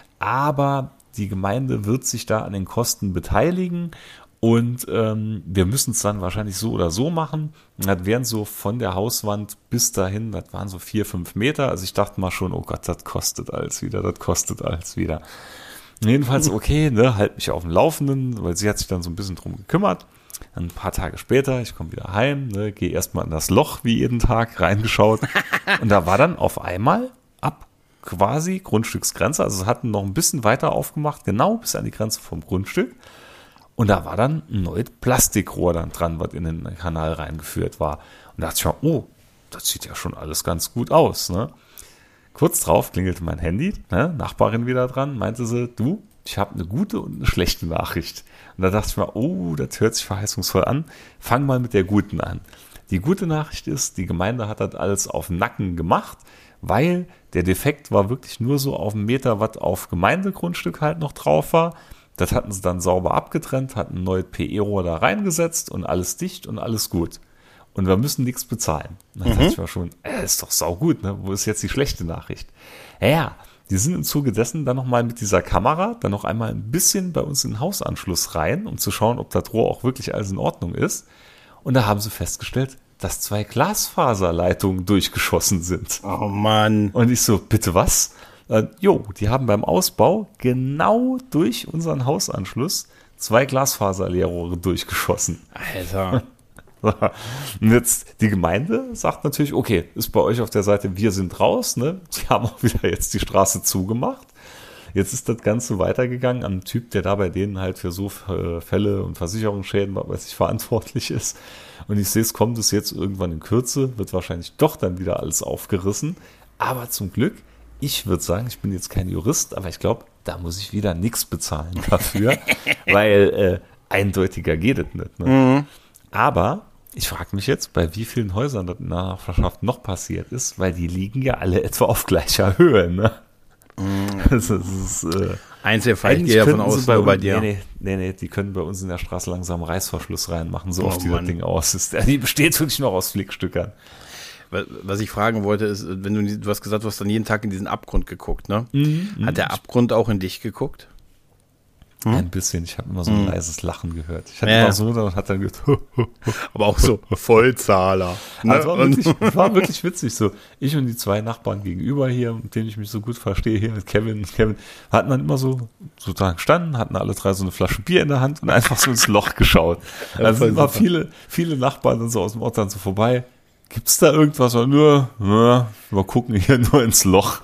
aber die Gemeinde wird sich da an den Kosten beteiligen. Und ähm, wir müssen es dann wahrscheinlich so oder so machen. Und das wären so von der Hauswand bis dahin, das waren so vier, fünf Meter. Also ich dachte mal schon, oh Gott, das kostet alles wieder, das kostet alles wieder. Jedenfalls okay, ne, halt mich auf dem Laufenden, weil sie hat sich dann so ein bisschen drum gekümmert. Dann ein paar Tage später, ich komme wieder heim, ne, gehe erstmal in das Loch wie jeden Tag reingeschaut. Und da war dann auf einmal ab quasi Grundstücksgrenze, also es hatten noch ein bisschen weiter aufgemacht, genau bis an die Grenze vom Grundstück. Und da war dann ein neues Plastikrohr dann dran, was in den Kanal reingeführt war. Und da dachte ich mir, oh, das sieht ja schon alles ganz gut aus. Ne? Kurz drauf klingelte mein Handy, ne? Nachbarin wieder dran, meinte sie, du, ich habe eine gute und eine schlechte Nachricht. Und da dachte ich mir, oh, das hört sich verheißungsvoll an. Fang mal mit der guten an. Die gute Nachricht ist, die Gemeinde hat das alles auf den Nacken gemacht, weil der Defekt war wirklich nur so auf einen Meter, was auf Gemeindegrundstück halt noch drauf war. Das hatten sie dann sauber abgetrennt, hatten ein neues P E-Rohr da reingesetzt und alles dicht und alles gut. Und wir müssen nichts bezahlen. Und dann mhm. dachte ich mir schon, äh, ist doch saugut, ne? Wo ist jetzt die schlechte Nachricht? Ja, ja, die sind im Zuge dessen dann nochmal mit dieser Kamera dann noch einmal ein bisschen bei uns in den Hausanschluss rein, um zu schauen, ob das Rohr auch wirklich alles in Ordnung ist. Und da haben sie festgestellt, dass zwei Glasfaserleitungen durchgeschossen sind. Oh Mann. Und ich so, bitte was? Äh, jo, die haben beim Ausbau genau durch unseren Hausanschluss zwei Glasfaserleerrohre durchgeschossen. Alter. Und jetzt die Gemeinde sagt natürlich, okay, ist bei euch auf der Seite, wir sind raus, ne? Die haben auch wieder jetzt die Straße zugemacht. Jetzt ist das Ganze weitergegangen an einen Typ, der da bei denen halt für so äh, Fälle und Versicherungsschäden, was weiß ich, verantwortlich ist. Und ich sehe, es kommt es jetzt irgendwann in Kürze, wird wahrscheinlich doch dann wieder alles aufgerissen. Aber zum Glück, ich würde sagen, ich bin jetzt kein Jurist, aber ich glaube, da muss ich wieder nichts bezahlen dafür, weil äh, eindeutiger geht es nicht. Ne? Mhm. Aber ich frage mich jetzt, bei wie vielen Häusern das in der Nachbarschaft noch passiert ist, weil die liegen ja alle etwa auf gleicher Höhe. Ne? Mhm. Das ist, äh, Einzelfall, ich gehe davon aus, bei, bei dir. Nee, nee, nee, die können bei uns in der Straße langsam Reißverschluss reinmachen, so oh, oft wie das Ding aus ist. Die besteht wirklich noch aus Flickstückern. Was ich fragen wollte, ist, wenn du, du hast gesagt, du hast dann jeden Tag in diesen Abgrund geguckt, ne? Mhm, Hat der Abgrund auch in dich geguckt? Hm? Ein bisschen, ich habe immer so ein hm. leises Lachen gehört. Ich hatte ja. immer so und hat dann gehört, aber auch so Vollzahler. Ne? Also war, wirklich, war wirklich witzig so. Ich und die zwei Nachbarn gegenüber hier, mit denen ich mich so gut verstehe, hier mit Kevin und Kevin, hatten dann immer so, so da gestanden, hatten alle drei so eine Flasche Bier in der Hand und einfach so ins Loch geschaut. Also sind immer viele, viele Nachbarn dann so aus dem Ort dann so vorbei. Gibt's da irgendwas? Oder nur, ja, wir gucken hier nur ins Loch.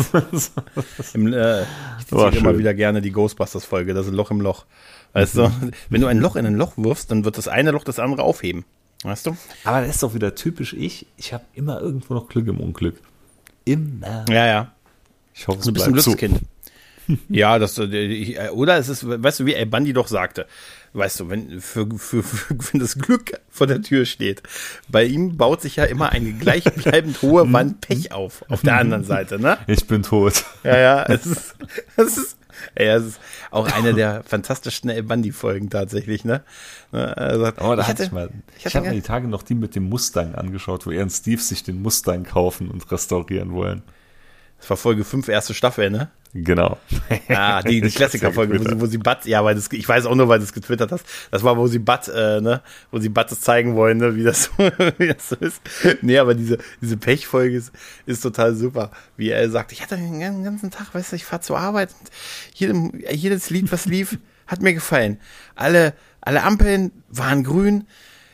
Im, äh, ich zitiere immer wieder gerne die Ghostbusters-Folge, das ist ein Loch im Loch. Weißt du, wenn du ein Loch in ein Loch wirfst, dann wird das eine Loch das andere aufheben. Weißt du? Aber das ist doch wieder typisch ich. Ich habe immer irgendwo noch Glück im Unglück. Immer. Ja, ja. Ich hoffe, es du bist ein bleibt Glückskind. So. Ja, das, ich, oder es ist, weißt du, wie El Bandi doch sagte, weißt du, wenn, für, für, für, wenn das Glück vor der Tür steht, bei ihm baut sich ja immer eine gleichbleibend hohe Wand Pech auf, auf der anderen Seite, ne? Ich bin tot. Ja, ja, es ist, es ist, ey, es ist auch eine der fantastischsten El Bandi-Folgen tatsächlich, ne? Er sagt, oh, da ich hatte ich mal, ich, ich habe mir die Tage noch die mit dem Mustang angeschaut, wo er und Steve sich den Mustang kaufen und restaurieren wollen. Das war Folge fünf, erste Staffel, ne? Genau. Ah, die, die Klassikerfolge, wo sie, wo sie Bud, ja, weil das, ich weiß auch nur, weil du es getwittert hast, das war, wo sie Bud, äh, ne, wo sie Bud das zeigen wollen, ne, wie das, wie das so ist. Nee, aber diese, diese Pechfolge ist, ist total super. Wie er sagt, ich hatte den ganzen Tag, weißt du, ich fahr zur Arbeit und jedem, jedes Lied, was lief, hat mir gefallen. Alle, alle Ampeln waren grün.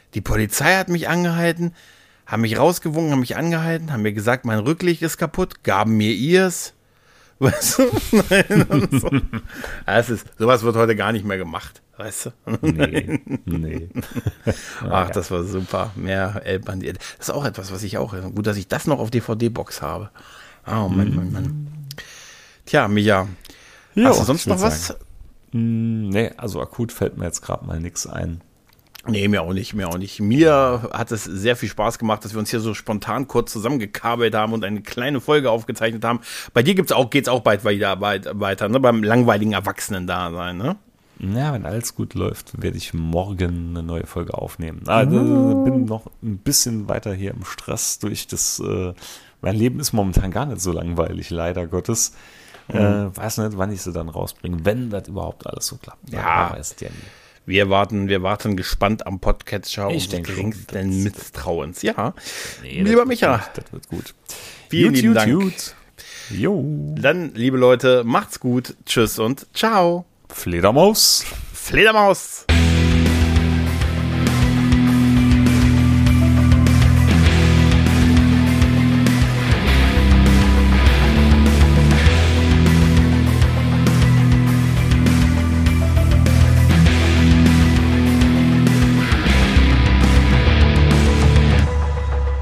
Die Polizei hat mich angehalten, haben mich rausgewunken, haben mich angehalten, haben mir gesagt, mein Rücklicht ist kaputt, gaben mir ihrs. Weißt du? Nein, und so. Das ist, sowas wird heute gar nicht mehr gemacht, weißt du? Nee, nee. Ach, das war super. Mehr Elbbandiert. Das ist auch etwas, was ich auch, gut, dass ich das noch auf D V D-Box habe. Oh, Mann, Mann, Mann. Tja, Micha, Jo, hast du sonst noch was? Sagen. Nee, also akut fällt mir jetzt gerade mal nichts ein. Nee, mir auch nicht, mir auch nicht. Mir hat es sehr viel Spaß gemacht, dass wir uns hier so spontan kurz zusammengekabelt haben und eine kleine Folge aufgezeichnet haben. Bei dir gibt's auch, geht's auch bald weiter, weiter, ne? Beim langweiligen Erwachsenen-Dasein, ne? Ja, wenn alles gut läuft, werde ich morgen eine neue Folge aufnehmen. Also oh. bin noch ein bisschen weiter hier im Stress durch das, äh, mein Leben ist momentan gar nicht so langweilig, leider Gottes. Mhm. Äh, weiß nicht, wann ich sie dann rausbringe, wenn das überhaupt alles so klappt. Ja, weiß ja nie. Wir warten, wir warten gespannt am Podcatcher und geringsten Misstrauens. Ja, nee, lieber Micha. Gut, das wird gut. Vielen lieben Dank. Gut. Jo. Dann, liebe Leute, macht's gut. Tschüss und ciao. Fledermaus. Fledermaus.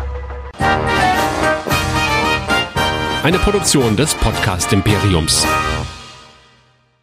Eine Produktion des Podcast Imperiums.